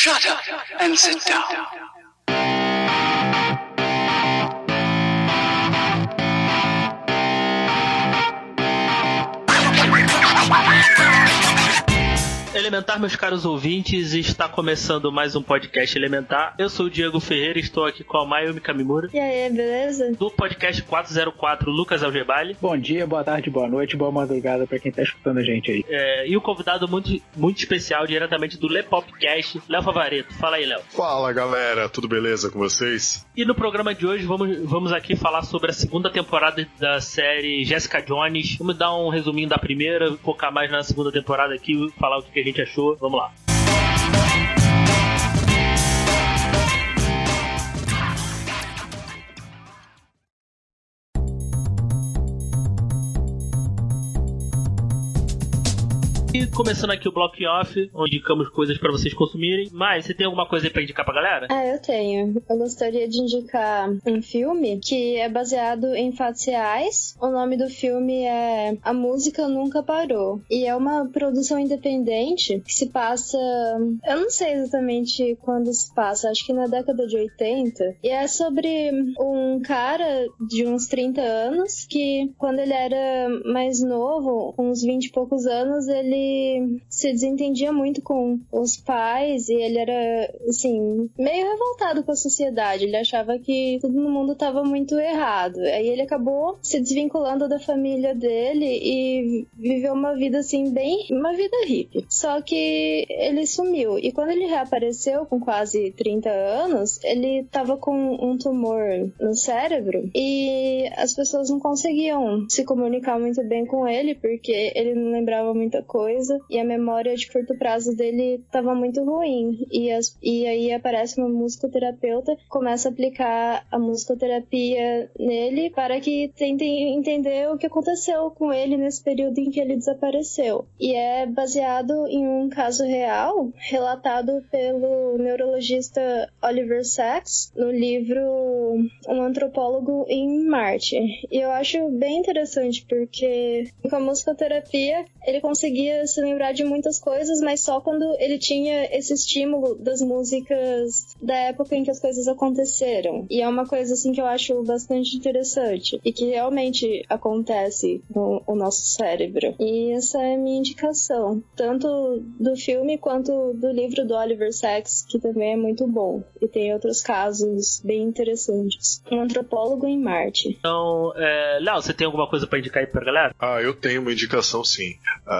Shut up and sit down. Elementar, meus caros ouvintes, está começando mais um podcast Elementar. Eu sou o Diego Ferreira e estou aqui com a Mayumi Kamimura. E aí, beleza? Do podcast 404, Lucas Algebali. Bom dia, boa tarde, boa noite, boa madrugada pra quem tá escutando a gente aí. E o convidado muito especial, diretamente do Lepopcast, Léo Favaretto. Fala aí, Léo. Fala, galera, tudo beleza com vocês? E no programa de hoje vamos aqui falar sobre a segunda temporada da série Jessica Jones. Vamos dar um resuminho da primeira, focar mais na segunda temporada aqui, falar o que a gente achou. Vamos lá. E começando aqui o Block Off, onde indicamos coisas pra vocês consumirem. Mas você tem alguma coisa aí pra indicar pra galera? Eu tenho. Eu gostaria de indicar um filme que é baseado em fatos reais. O nome do filme é A Música Nunca Parou. E é uma produção independente que se passa... Eu não sei exatamente quando se passa, acho que na década de 80. E é sobre um cara de uns 30 anos que, quando ele era mais novo, uns 20 e poucos anos, ele se desentendia muito com os pais e ele era, assim, meio revoltado com a sociedade. Ele achava que tudo no mundo estava muito errado. Aí ele acabou se desvinculando da família dele e viveu uma vida, assim, uma vida hippie. Só que ele sumiu. E quando ele reapareceu com quase 30 anos, ele estava com um tumor no cérebro e as pessoas não conseguiam se comunicar muito bem com ele porque ele não lembrava muita coisa e a memória de curto prazo dele estava muito ruim. E aí aparece uma musicoterapeuta, começa a aplicar a musicoterapia nele para que tentem entender o que aconteceu com ele nesse período em que ele desapareceu. E é baseado em um caso real, relatado pelo neurologista Oliver Sacks no livro Um Antropólogo em Marte. E eu acho bem interessante porque com a musicoterapia ele conseguia se lembrar de muitas coisas, mas só quando ele tinha esse estímulo das músicas da época em que as coisas aconteceram. E é uma coisa assim que eu acho bastante interessante e que realmente acontece com o nosso cérebro. E essa é a minha indicação, tanto do filme quanto do livro do Oliver Sacks, que também é muito bom e tem outros casos bem interessantes. Um Antropólogo em Marte. Então, Léo, você tem alguma coisa pra indicar aí pra galera? Eu tenho uma indicação, sim.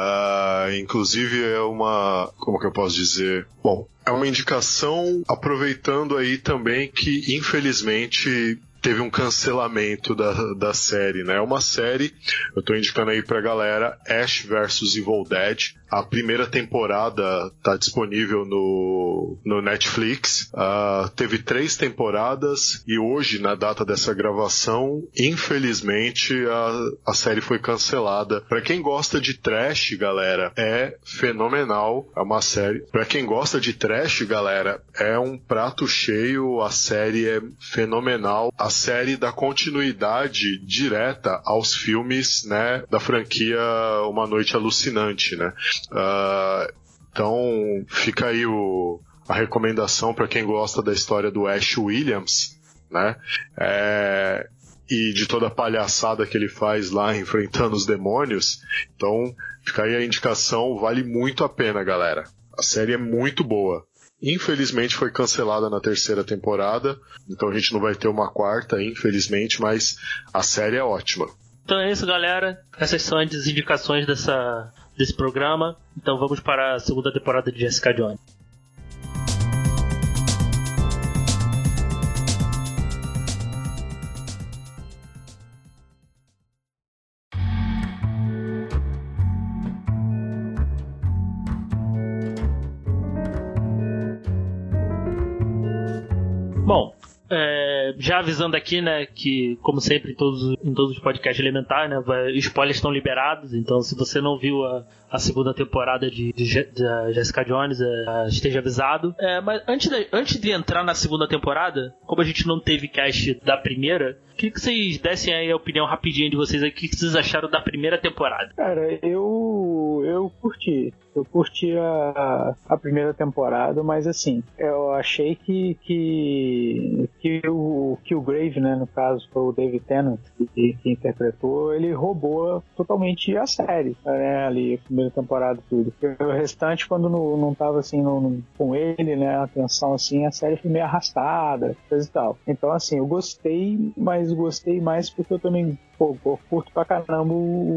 Inclusive é uma... Como que eu posso dizer? Bom, é uma indicação aproveitando aí também que, infelizmente, teve um cancelamento da série, né? É uma série, eu tô indicando aí pra galera, Ash vs Evil Dead. A primeira temporada tá disponível no Netflix. Teve 3 temporadas e hoje, na data dessa gravação, infelizmente, a série foi cancelada. Pra quem gosta de trash, galera, é fenomenal. É uma série. Pra quem gosta de trash, galera, é um prato cheio. A série é fenomenal. A série dá continuidade direta aos filmes, né, da franquia Uma Noite Alucinante, né? Então fica aí a recomendação para quem gosta da história do Ash Williams, né? E de toda a palhaçada que ele faz lá enfrentando os demônios. Então fica aí a indicação, vale muito a pena, galera. A série é muito boa. Infelizmente foi cancelada na 3ª temporada, então a gente não vai ter uma 4ª, infelizmente, mas a série é ótima. Então é isso, galera. Essas são as indicações desse programa. Então vamos para a segunda temporada de Jessica Jones. Bom, já avisando aqui, né, que como sempre em todos os podcasts Elementar, né, spoilers estão liberados, então se você não viu a segunda temporada de Jessica Jones, esteja avisado. Mas antes de entrar na segunda temporada, como a gente não teve cast da primeira, queria que vocês dessem aí a opinião rapidinha de vocês aí, o que vocês acharam da primeira temporada. Cara, eu eu curti. Eu curti a primeira temporada, mas assim, eu achei que o Grave, né, no caso, foi o David Tennant que interpretou, ele roubou totalmente a série, né, ali, a primeira temporada e tudo. O restante, quando não tava assim com ele, né, a atenção assim, a série foi meio arrastada, coisa e tal. Então assim, eu gostei, mas gostei mais porque eu também eu curto pra caramba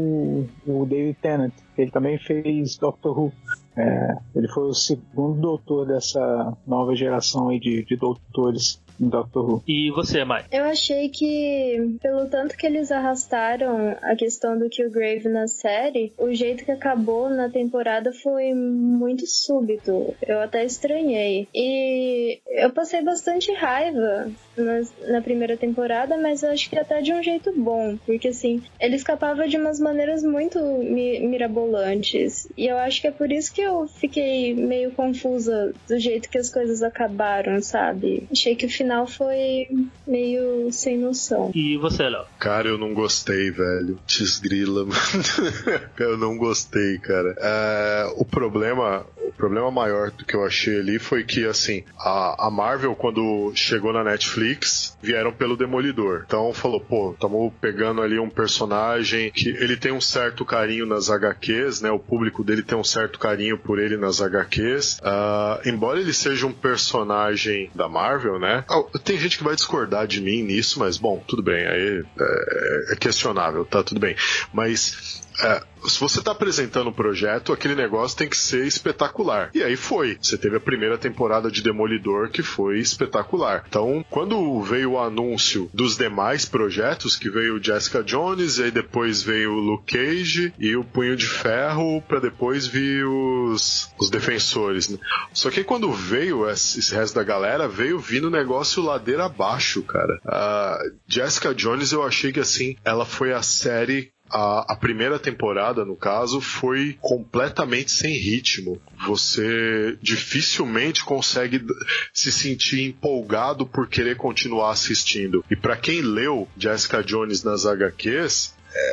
o David Tennant, que ele também fez Doctor Who. Ele foi o segundo doutor dessa nova geração aí de doutores em Doctor Who. E você, Mai? Eu achei que, pelo tanto que eles arrastaram a questão do Killgrave na série, o jeito que acabou na temporada foi muito súbito. Eu até estranhei. E eu passei bastante raiva na primeira temporada, mas eu acho que até de um jeito bom, porque assim, ele escapava de umas maneiras muito mirabolantes. E eu acho que é por isso que eu fiquei meio confusa do jeito que as coisas acabaram, sabe? Achei que o final foi meio sem noção. E você, Léo? Cara, eu não gostei, velho. Desgrila, mano. Eu não gostei, cara. O problema maior do que eu achei ali foi que, assim, a Marvel, quando chegou na Netflix, vieram pelo Demolidor. Então falou, pô, estamos pegando ali um personagem que ele tem um certo carinho nas HQs, né? O público dele tem um certo carinho por ele nas HQs. Embora ele seja um personagem da Marvel, né? Tem gente que vai discordar de mim nisso, mas bom, tudo bem, aí é questionável, tá tudo bem. Mas se você tá apresentando um projeto, aquele negócio tem que ser espetacular. E aí foi. Você teve a primeira temporada de Demolidor que foi espetacular. Então, quando veio o anúncio dos demais projetos, que veio Jessica Jones, e aí depois veio o Luke Cage e o Punho de Ferro, pra depois vir os Defensores, né? Só que quando veio esse resto da galera, veio vindo o negócio ladeira abaixo, cara. A Jessica Jones, eu achei que assim, ela foi a série. A primeira temporada, no caso, foi completamente sem ritmo. Você dificilmente consegue se sentir empolgado por querer continuar assistindo. E pra quem leu Jessica Jones nas HQs,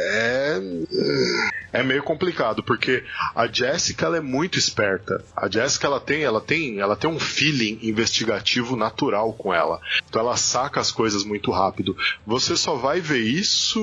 é meio complicado, porque a Jessica, ela é muito esperta. A Jessica, ela tem um feeling investigativo natural com ela. Então ela saca as coisas muito rápido. Você só vai ver isso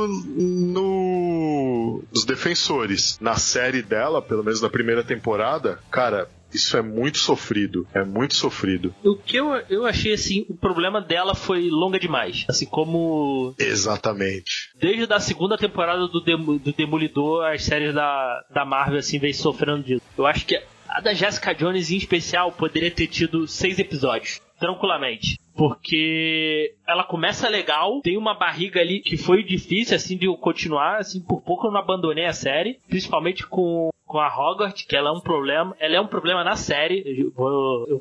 nos Defensores. Na série dela, pelo menos na primeira temporada, cara, isso é muito sofrido. É muito sofrido. O que eu achei, assim, o problema dela foi longa demais. Assim como... Exatamente. Desde a segunda temporada do Demolidor, as séries da Marvel, assim, vem sofrendo disso. Eu acho que a da Jessica Jones, em especial, poderia ter tido 6 episódios. Tranquilamente. Porque ela começa legal, tem uma barriga ali que foi difícil, assim, de eu continuar, assim, por pouco eu não abandonei a série, principalmente com a Hogarth, que ela é um problema na série. Eu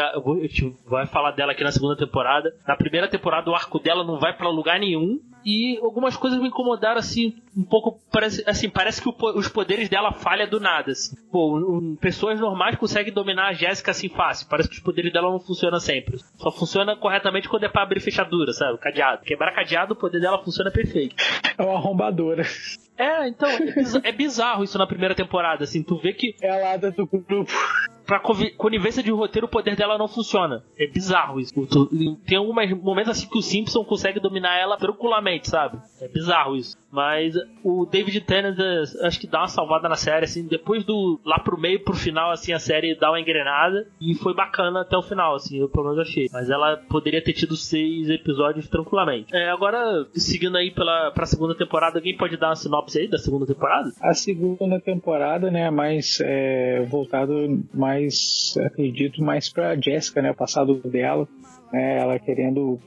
vou falar dela aqui na segunda temporada. Na primeira temporada o arco dela não vai pra lugar nenhum, e algumas coisas me incomodaram, assim, um pouco, parece que os poderes dela falham do nada, assim. Pô, pessoas normais conseguem dominar a Jéssica assim fácil, parece que os poderes dela não funcionam sempre, só funciona corretamente quando é pra abrir fechadura, sabe, cadeado, quebrar cadeado, o poder dela funciona perfeito. É uma arrombadora. Então, é bizarro isso na primeira temporada, assim, tu vê que... É a lada do grupo. Pra conivência de roteiro, o poder dela não funciona. É bizarro isso. Tem alguns momentos assim que o Simpson consegue dominar ela tranquilamente, sabe? É bizarro isso. Mas o David Tennant, acho que dá uma salvada na série, assim, depois lá pro meio, pro final, assim, a série dá uma engrenada, e foi bacana até o final, assim, eu pelo menos achei. Mas ela poderia ter tido 6 episódios tranquilamente. Agora, seguindo aí pra segunda temporada, alguém pode dar uma sinopse aí da segunda temporada? A segunda temporada, né, mais voltado mais, acredito, mais pra Jessica, né, o passado dela, né, ela querendo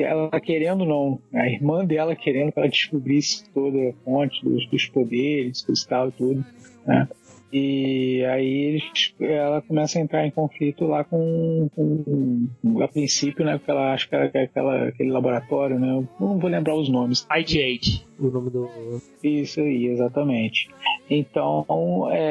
não, a irmã dela querendo que ela descobrisse toda a fonte dos poderes, cristal e tudo, né? E aí ela começa a entrar em conflito lá com a princípio, né? Porque ela acha que era aquele laboratório, né? Eu não vou lembrar os nomes. IG-8, o nome do... Isso aí, exatamente. Então,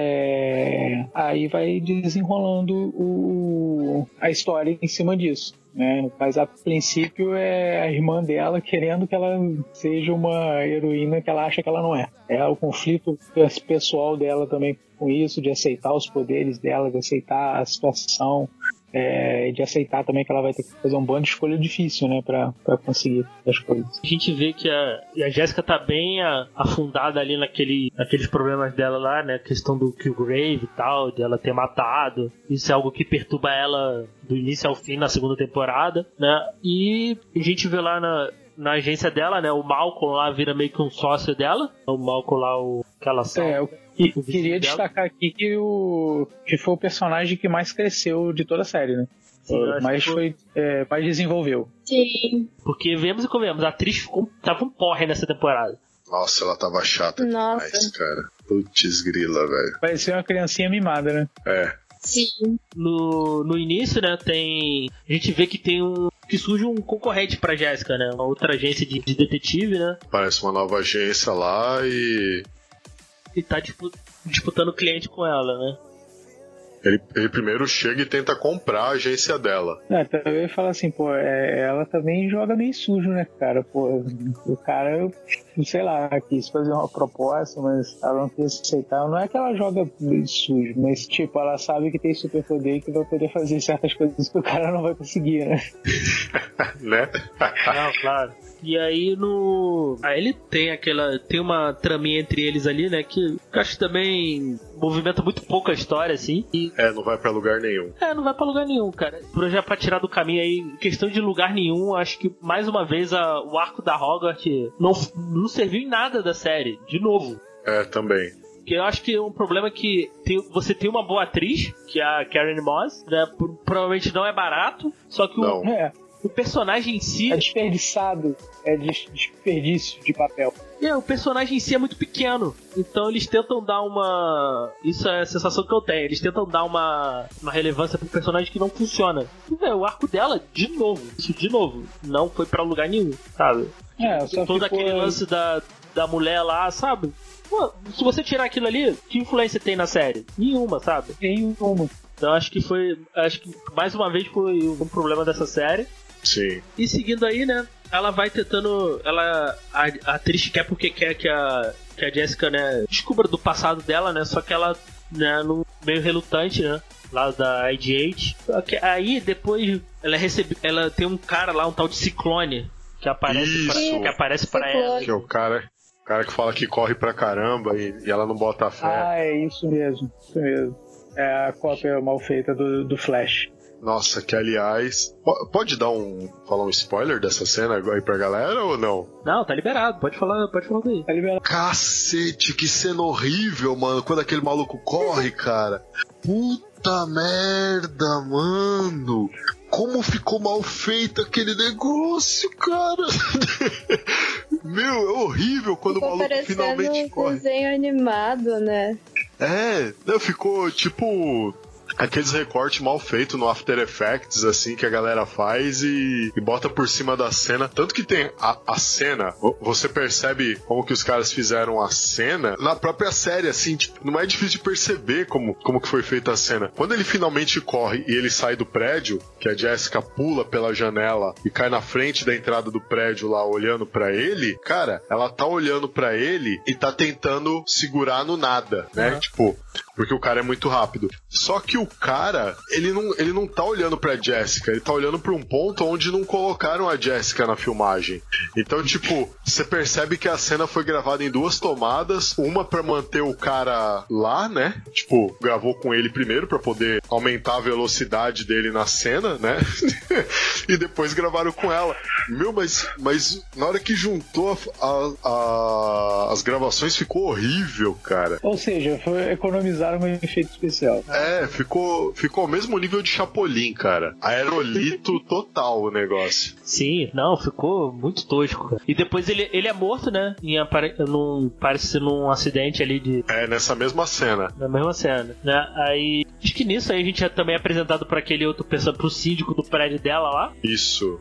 aí vai desenrolando a história em cima disso. né? Mas a princípio é a irmã dela querendo que ela seja uma heroína que ela acha que ela não é. É o conflito pessoal dela também com isso, de aceitar os poderes dela, de aceitar a situação, de aceitar também que ela vai ter que fazer um bando de escolha difícil, né, pra conseguir as coisas. A gente vê que a Jéssica tá bem afundada ali naqueles problemas dela lá, né, a questão do Killgrave e tal, de ela ter matado. Isso é algo que perturba ela do início ao fim na segunda temporada, né, e a gente vê lá na agência dela, né, o Malcolm lá vira meio que um sócio dela, o Malcolm lá, que ela salva. E queria destacar aqui que foi o personagem que mais cresceu de toda a série, né? Sim, mais desenvolveu. Sim. Porque vemos e comemos, a atriz tava um porre nessa temporada. Nossa, ela tava chata demais, cara. Putz grila, velho. Parecia uma criancinha mimada, né? É. Sim. No início, né, a gente vê que que surge um concorrente pra Jéssica, né? Uma outra agência de detetive, né? Parece uma nova agência lá e tá disputando cliente com ela, né? Ele primeiro chega e tenta comprar a agência dela. Também fala assim, ela também joga meio sujo, né, cara? Pô, o cara, sei lá, quis fazer uma proposta, mas ela não quis aceitar. Não é que ela joga meio sujo, mas, tipo, ela sabe que tem superpoder e que vai poder fazer certas coisas que o cara não vai conseguir, né? Né? Não, claro. E aí ele tem uma traminha entre eles ali, né, que eu acho que também movimenta muito pouco a história, assim. Não vai pra lugar nenhum. Não vai pra lugar nenhum, cara. Já pra tirar do caminho aí, questão de lugar nenhum, acho que mais uma vez o arco da Hogwarts não serviu em nada da série, de novo. Também. Porque eu acho que um problema é que você tem uma boa atriz, que é a Karen Moss, né, provavelmente não é barato, só que o personagem em si... É desperdiçado. É desperdício de papel. O personagem em si é muito pequeno. Então eles tentam dar uma... Isso é a sensação que eu tenho. Eles tentam dar uma relevância pro personagem que não funciona. E, o arco dela, de novo, não foi pra lugar nenhum, sabe? Todo aquele lance da mulher lá, sabe? Pô, se você tirar aquilo ali, que influência tem na série? Nenhuma, sabe? Nenhuma. Então acho que mais uma vez foi um problema dessa série. Sim. E seguindo aí, né, ela vai tentando... A atriz quer porque quer que a Jéssica, né, descubra do passado dela, né, só que ela, né, meio relutante, né, lá da IG-8. Aí, depois, ela tem um cara lá, um tal de Ciclone, que aparece pra ela. Que é o cara que fala que corre pra caramba e ela não bota a fé. É isso mesmo. É a cópia mal feita do Flash. Nossa, que aliás... Pode falar um spoiler dessa cena aí pra galera ou não? Não, tá liberado. Pode falar daí. Tá liberado. Cacete, que cena horrível, mano. Quando aquele maluco corre, cara. Puta merda, mano. Como ficou mal feito aquele negócio, cara. Meu, é horrível quando o maluco finalmente corre. Desenho animado, né? Ficou tipo... aqueles recortes mal feitos no After Effects, assim, que a galera faz e bota por cima da cena. Tanto que tem a cena, você percebe como que os caras fizeram a cena na própria série, assim, tipo, não é difícil de perceber como que foi feita a cena. Quando ele finalmente corre e ele sai do prédio, que a Jéssica pula pela janela e cai na frente da entrada do prédio lá, olhando pra ele, cara, ela tá olhando pra ele e tá tentando segurar no nada, né? Tipo, porque o cara é muito rápido. Só que o cara, ele não tá olhando pra Jéssica, ele tá olhando pra um ponto onde não colocaram a Jéssica na filmagem. Então, tipo, você percebe que a cena foi gravada em 2 tomadas, uma pra manter o cara lá, né? Tipo, gravou com ele primeiro pra poder aumentar a velocidade dele na cena, né? E depois gravaram com ela. Meu, mas na hora que juntou as gravações ficou horrível, cara. Ou seja, economizaram um efeito especial. Ficou ao mesmo nível de Chapolin, cara. Aerolito total o negócio. Sim, não, ficou muito tosco, cara. E depois ele é morto, né? Parece num acidente ali de... nessa mesma cena. Na mesma cena, né? Aí, acho que nisso aí a gente é também apresentado pra aquele outro pessoa, pro síndico do prédio dela lá. Isso.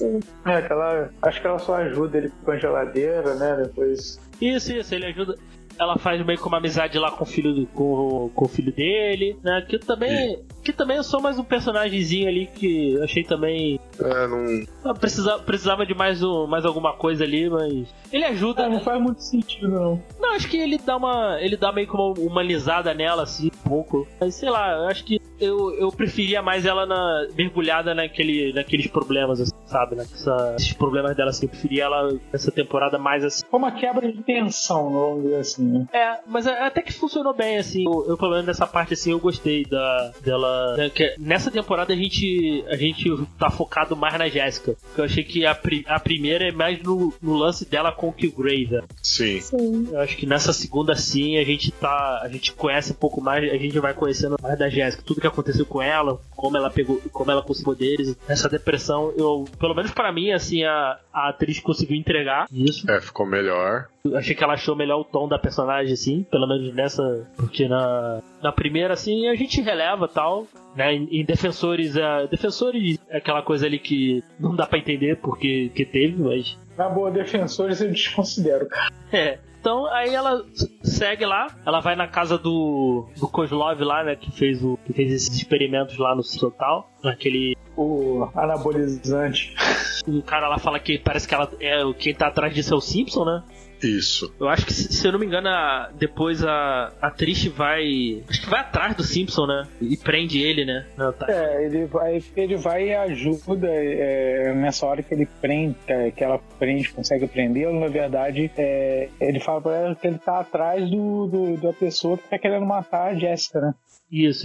Acho que ela só ajuda ele com a geladeira, né? Depois... Isso, ele ajuda. ela faz meio que uma amizade lá com o filho, com o filho dele, né? Que também é só mais um personagemzinho ali que eu achei também... não... Precisava de mais alguma coisa ali, mas... Ele ajuda... Não faz muito sentido, não. Não, acho que ele dá meio que uma humanizada nela, assim, um pouco. Mas sei lá, eu acho que eu preferia mais ela mergulhada naqueles problemas, assim, sabe? Esses problemas dela, assim. Eu preferia ela nessa temporada mais assim. Foi uma quebra de tensão, vamos dizer assim, né? Mas até que funcionou bem, assim. Eu pelo menos nessa parte, assim, eu gostei dela. Né, que nessa temporada a gente tá focado mais na Jéssica. Porque eu achei que a primeira é mais no lance dela com o Kilgrave. Né? Sim. Eu acho que nessa segunda, sim, a gente conhece um pouco mais, a gente vai conhecendo mais da Jéssica, tudo que aconteceu com ela, como ela conseguiu poderes. Essa depressão, pelo menos pra mim, assim, a atriz conseguiu entregar isso. Ficou melhor. Eu achei que ela achou melhor o tom da personagem, assim, pelo menos nessa, porque na primeira, assim, a gente releva tal, né, em Defensores é aquela coisa ali que não dá pra entender porque que teve, mas... Na boa, Defensores eu desconsidero, cara. Então, aí ela segue lá, ela vai na casa do Kozlov lá, né, que fez esses experimentos lá no Total, naquele... O anabolizante. O cara lá fala que parece que ela quem tá atrás disso é o Simpson, né? Isso. Eu acho que, se eu não me engano, depois a Trish vai... Acho que vai atrás do Simpson, né? E prende ele, né? Ele vai e ajuda nessa hora que ele prende, que ela consegue prendê-lo, na verdade, ele fala pra ela que ele tá atrás da pessoa que tá querendo matar a Jéssica, né? Isso.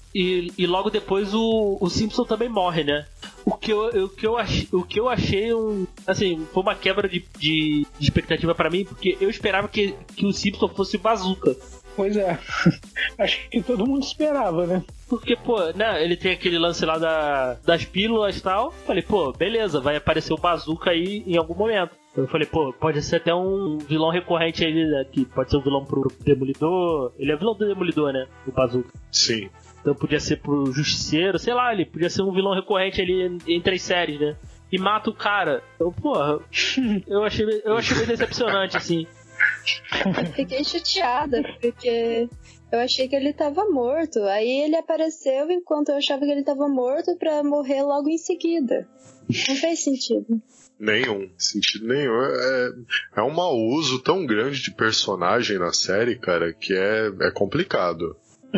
E logo depois o Simpson também morre, né? O que eu achei assim, foi uma quebra de expectativa pra mim, porque eu esperava que o Simpson fosse o Bazooka. Pois é, acho que todo mundo esperava, né? Porque, né, ele tem aquele lance lá das pílulas e tal. Falei, beleza, vai aparecer o Bazooka aí em algum momento. Eu falei, pode ser até um vilão recorrente aí, né, que pode ser um vilão pro Demolidor. Ele é vilão do Demolidor, né, o Bazooka. Sim. Então podia ser pro Justiceiro, sei lá, ele podia ser um vilão recorrente ali entre as séries, né? E mata o cara. Então, eu achei meio decepcionante, assim. Fiquei chateada, porque eu achei que ele tava morto. Aí ele apareceu enquanto eu achava que ele tava morto pra morrer logo em seguida. Não fez sentido. Sentido nenhum. É um mau uso tão grande de personagem na série, cara, que é complicado.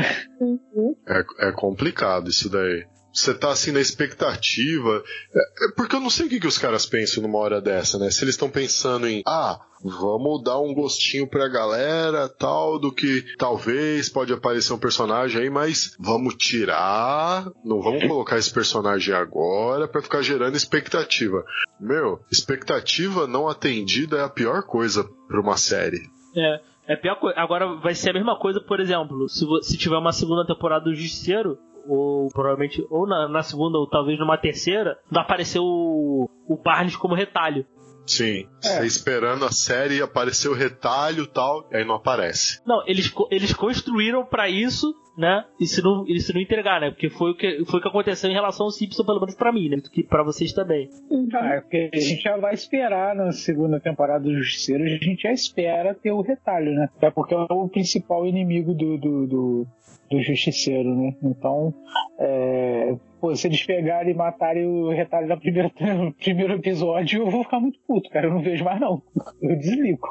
Uhum. É complicado isso daí. Você tá assim na expectativa. Porque eu não sei o que os caras pensam numa hora dessa, né? Se eles estão pensando em vamos dar um gostinho pra galera, tal, do que talvez pode aparecer um personagem aí, mas vamos tirar, não vamos colocar esse personagem agora pra ficar gerando expectativa. Expectativa não atendida é a pior coisa pra uma série. É a pior coisa. Agora vai ser a mesma coisa, por exemplo, se tiver uma segunda temporada do Justiceiro, ou provavelmente ou na segunda, ou talvez numa terceira, vai aparecer o Barnes como retalho. Sim, você esperando a série aparecer o retalho e tal, e aí não aparece. Não, eles construíram pra isso, né? E se não entregar, né? Porque foi o que aconteceu em relação ao Simpson, pelo menos pra mim, né? Que pra vocês também. Porque a gente já vai esperar na segunda temporada do Justiceiro, a gente já espera ter o retalho, né? Até porque é o principal inimigo do Justiceiro, né? Então, se eles pegarem e matarem o retalho no primeiro episódio, eu vou ficar muito puto, cara. Eu não vejo mais, não. Eu desligo.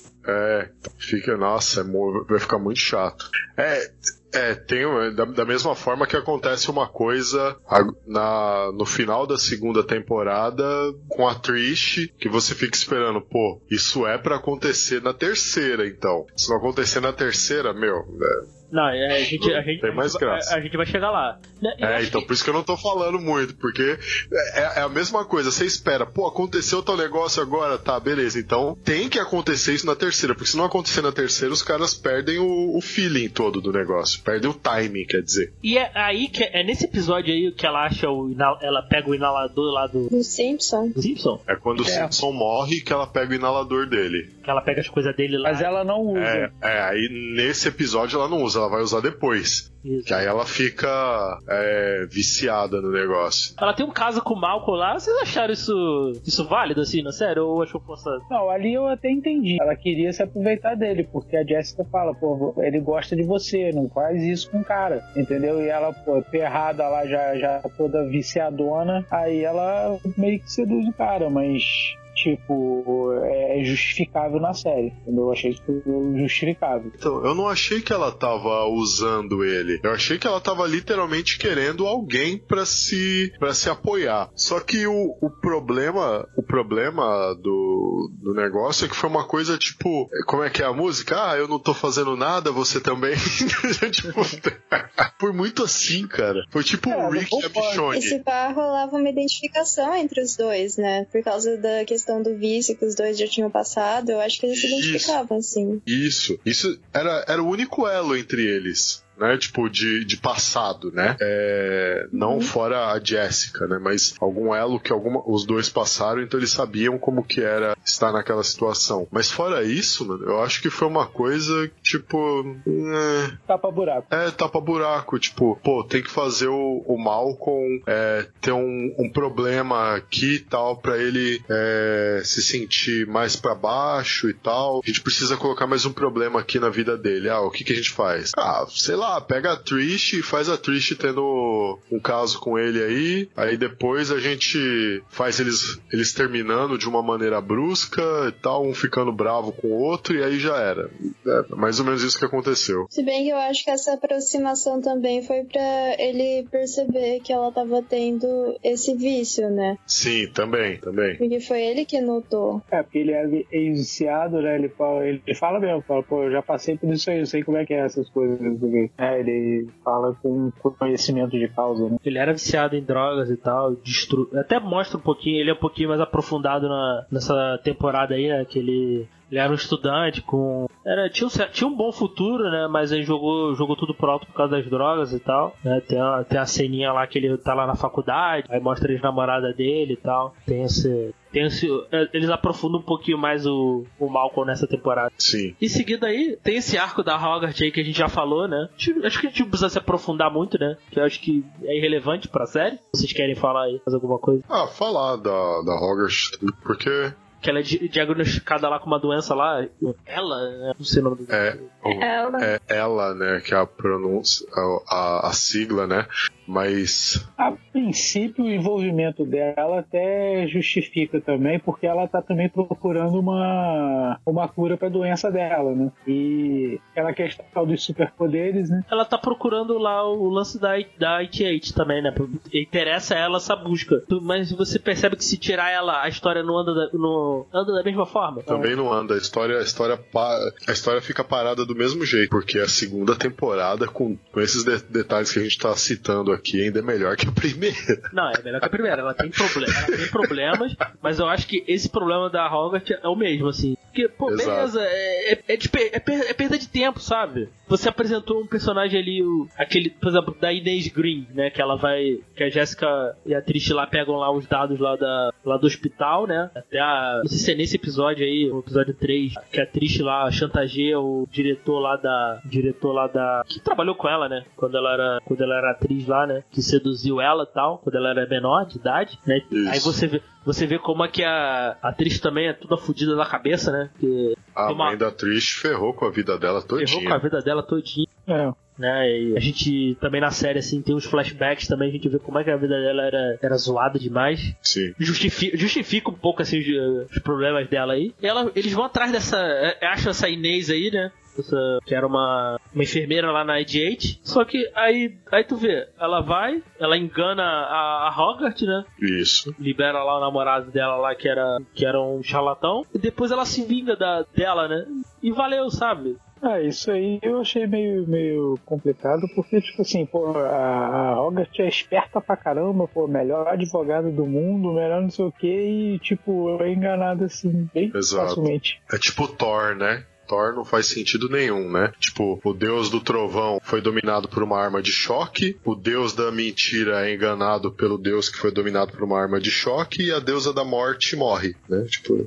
Vai ficar muito chato. Tem da mesma forma que acontece uma coisa no final da segunda temporada com a Trish, que você fica esperando, isso é pra acontecer na terceira, então. Se não acontecer na terceira, Não, a gente tem mais graça. A gente vai chegar lá. Então por isso que eu não tô falando muito, porque é a mesma coisa, você espera, aconteceu tal negócio agora, tá, beleza, então tem que acontecer isso na terceira, porque se não acontecer na terceira, os caras perdem o feeling todo do negócio, perdem o timing, quer dizer. E é aí que é nesse episódio aí que ela acha ela pega o inalador lá do Simpson. Do Simpson? É quando o Simpson morre que ela pega o inalador dele. Que ela pega as coisas dele lá. Mas ela não usa. Aí nesse episódio ela não usa, ela vai usar depois. Isso. Que aí ela fica viciada no negócio. Ela tem um caso com o Malcolm lá, vocês acharam isso válido, assim, na série? Ou achou forçado? Não, ali eu até entendi. Ela queria se aproveitar dele, porque a Jessica fala, pô, ele gosta de você, não faz isso com o cara, entendeu? E ela, pô, ferrada lá, já toda viciadona, aí ela meio que seduz o cara, mas... tipo, é justificável na série, entendeu? Eu achei que foi justificável. Então, eu não achei que ela tava usando ele. Eu achei que ela tava literalmente querendo alguém pra se apoiar. Só que o problema do negócio é que foi uma coisa tipo, como é que é a música? Ah, eu não tô fazendo nada, você também. Tipo, foi muito assim, cara. Foi tipo o Rick e a Michonne. Esse pá rolava uma identificação entre os dois, né? Por causa da questão do vício que os dois já tinham passado, eu acho que eles se identificavam, assim. Isso era o único elo entre eles. Né, tipo, de passado, né? Não fora a Jessica, né? Mas algum elo que os dois passaram, então eles sabiam como que era estar naquela situação. Mas fora isso, mano, eu acho que foi uma coisa, tipo... Tapa-buraco. Tapa-buraco. Tipo, pô, tem que fazer o Malcolm ter um problema aqui e tal, pra ele se sentir mais pra baixo e tal. A gente precisa colocar mais um problema aqui na vida dele. O que a gente faz? Sei lá, pega a Trish e faz a Trish tendo um caso com ele aí depois a gente faz eles terminando de uma maneira brusca e tal, um ficando bravo com o outro, e aí já era. É mais ou menos isso que aconteceu. Se bem que eu acho que essa aproximação também foi pra ele perceber que ela tava tendo esse vício, né? Sim, também. Porque foi ele que notou. Porque ele é ex-viciado, né? Ele fala mesmo, pô, eu já passei por isso aí, eu sei como é que é essas coisas. Ele fala com conhecimento de causa, né? Ele era viciado em drogas e tal, até mostra um pouquinho, ele é um pouquinho mais aprofundado nessa temporada aí, né? Que ele era um estudante com... Tinha um bom futuro, né? Mas aí jogou tudo pro alto por causa das drogas e tal, né? Tem a ceninha lá que ele tá lá na faculdade, aí mostra a ex-namorada dele e tal. Eles aprofundam um pouquinho mais o Malcolm nessa temporada. Sim. Em seguida aí, tem esse arco da Hogarth aí que a gente já falou, né? Acho que a gente não precisa se aprofundar muito, né? Que eu acho que é irrelevante pra série. Vocês querem falar aí, fazer alguma coisa? Falar da Hogarth, porque... Que ela é diagnosticada lá com uma doença lá. Ela, né? Não sei o nome do ela, né? Que é a pronúncia, a sigla, né? Mas... A princípio, o envolvimento dela até justifica também, porque ela tá também procurando uma cura pra doença dela, né? E aquela questão dos superpoderes, né? Ela tá procurando lá o lance da IT8 também, né? Interessa a ela essa busca. Mas você percebe que se tirar ela, a história não anda da mesma forma? Também não anda. A história fica parada do mesmo jeito, porque a segunda temporada, com esses detalhes que a gente tá citando aqui, ainda é melhor que a primeira. Não, é melhor que a primeira. Ela tem problemas, mas eu acho que esse problema da Hogarth é o mesmo, assim. Porque, pô, beleza, é perda de tempo, sabe? Você apresentou um personagem ali, aquele, por exemplo, da Inês Green, né? Que a Jessica e a Trish lá pegam lá os dados lá do hospital, né? Até não sei se é nesse episódio aí, o episódio 3, que a Trish lá chantageia o diretor lá da... que trabalhou com ela, né? Quando ela era atriz lá, né? Que seduziu ela e tal, quando ela era menor de idade, né? Isso. Aí você vê como é que a atriz também é toda fodida na cabeça, né? Que a mãe da Trish ferrou com a vida dela todinha. Né? E a gente também na série, assim, tem uns flashbacks também, a gente vê como é que a vida dela era zoada demais. Sim. Justifica um pouco, assim, os problemas dela aí. E eles vão atrás dessa... acham essa Inês aí, né? Que era uma enfermeira lá na ID8. Só que aí tu vê, ela engana a Hogarth, né? Isso. Libera lá o namorado dela lá, que era um charlatão. E depois ela se vinga dela, né? E valeu, sabe? Isso aí eu achei meio complicado, porque, tipo assim, pô, a Hogarth é esperta pra caramba, pô, melhor advogada do mundo, melhor não sei o que, e, tipo, é enganada, assim, bem facilmente. É tipo Thor, né? Thor não faz sentido nenhum, né? Tipo, o deus do trovão foi dominado por uma arma de choque, o deus da mentira é enganado pelo deus que foi dominado por uma arma de choque, e a deusa da morte morre, né? Tipo...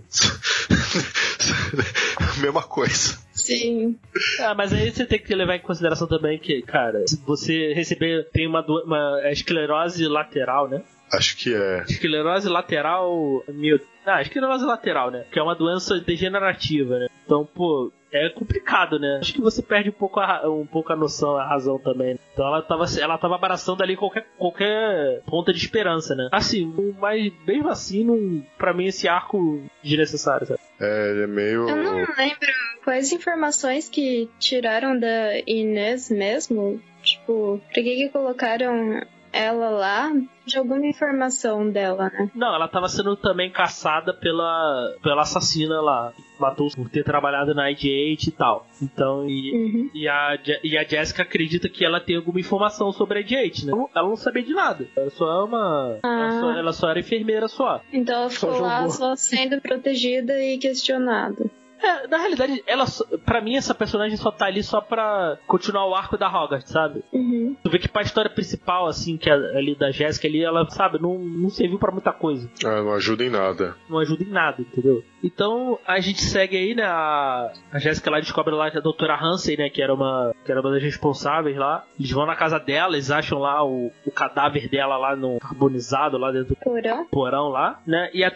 mesma coisa. Sim. Mas aí você tem que levar em consideração também que, cara, se você receber, tem uma esclerose lateral, né? Acho que é. Esclerose lateral... esclerose lateral, né? Que é uma doença degenerativa, né? Então, pô, é complicado, né? Acho que você perde um pouco a noção, a razão também. Né? Então ela tava abraçando ali qualquer ponta de esperança, né? Assim, mas mesmo assim, pra mim esse arco desnecessário, sabe? É meio... Eu não lembro quais informações que tiraram da Inês mesmo. Tipo, por que colocaram ela lá? De alguma informação dela, né? Não, ela tava sendo também caçada pela assassina lá. Matou por ter trabalhado na IG-8 e tal. Então, e a Jessica acredita que ela tem alguma informação sobre a IG-8, né? Ela não sabia de nada. Ela só é uma... Ela só era enfermeira só. Então ela ficou lá só sendo protegida e questionada. Na realidade, pra mim, essa personagem só tá ali só pra continuar o arco da Hogarth, sabe? Uhum. Tu vê que pra história principal, assim, que é ali da Jéssica ali, ela, sabe, não serviu pra muita coisa. Não ajuda em nada. Não ajuda em nada, entendeu? Então, a gente segue aí, né, a Jéssica lá descobre lá que a doutora Hansen, né, que era uma das responsáveis lá. Eles vão na casa dela, eles acham lá o cadáver dela lá no carbonizado, lá dentro do porão lá, né? E a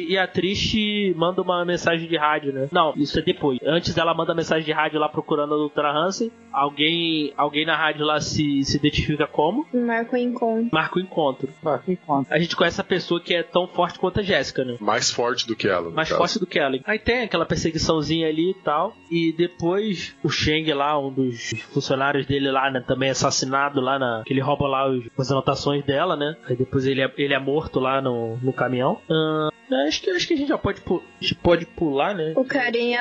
Trish manda uma mensagem de rádio, né? Não, isso é depois. Antes dela manda mensagem de rádio lá procurando a doutora Hansen. Alguém na rádio lá se identifica como? Marca o encontro. A gente conhece a pessoa que é tão forte quanto a Jéssica, né? Mais forte do que ela. Mais forte do que ela. Aí tem aquela perseguiçãozinha ali e tal. E depois o Shang lá, um dos funcionários dele lá, né? Também é assassinado lá que ele rouba lá as anotações dela, né? Aí depois ele é morto lá no caminhão. Acho que a gente já pode pular, né? O carinha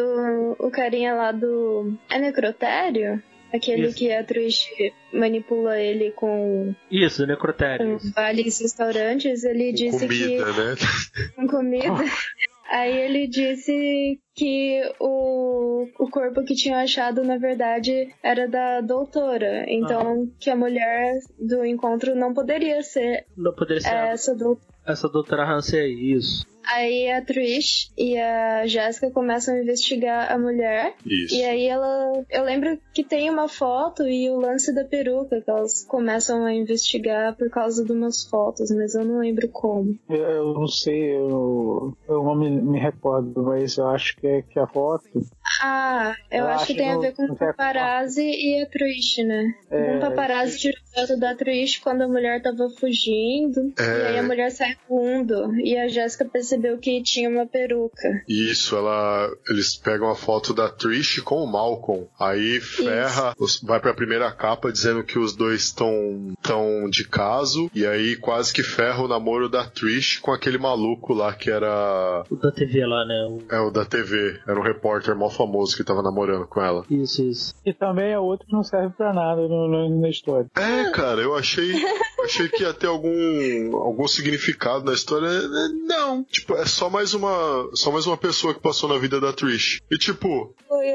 lá do... É necrotério? Aquele Isso. Que a Trish manipula ele com... Isso, necrotério. Com vários restaurantes, ele disse comida, que... né? Com comida. Aí ele disse que o corpo que tinha achado, na verdade, era da doutora. Então, que a mulher do encontro não poderia ser... Não poderia ser essa doutora Hansen aí, isso. Aí a Trish e a Jéssica começam a investigar a mulher. Isso. E aí eu lembro que tem uma foto e o lance da peruca, que elas começam a investigar por causa de umas fotos, mas eu não lembro como. Eu não sei, eu não me recordo, mas eu acho que a foto... eu acho que tem a ver com o paparazzi e a Trish, né? Um paparazzi tirou foto da Trish quando a mulher tava fugindo. E aí a mulher sai fundo. E a Jéssica percebeu que tinha uma peruca. Isso, eles pegam a foto da Trish com o Malcolm. Aí ferra, vai pra primeira capa dizendo que os dois estão de caso. E aí quase que ferra o namoro da Trish com aquele maluco lá que era... O da TV lá, né? O da TV. Era um repórter mal famoso que tava namorando com ela. Isso. E também é outro que não serve pra nada na história. Cara, eu achei que ia ter algum significado na história. Não, tipo, é só mais uma pessoa que passou na vida da Trish. E tipo,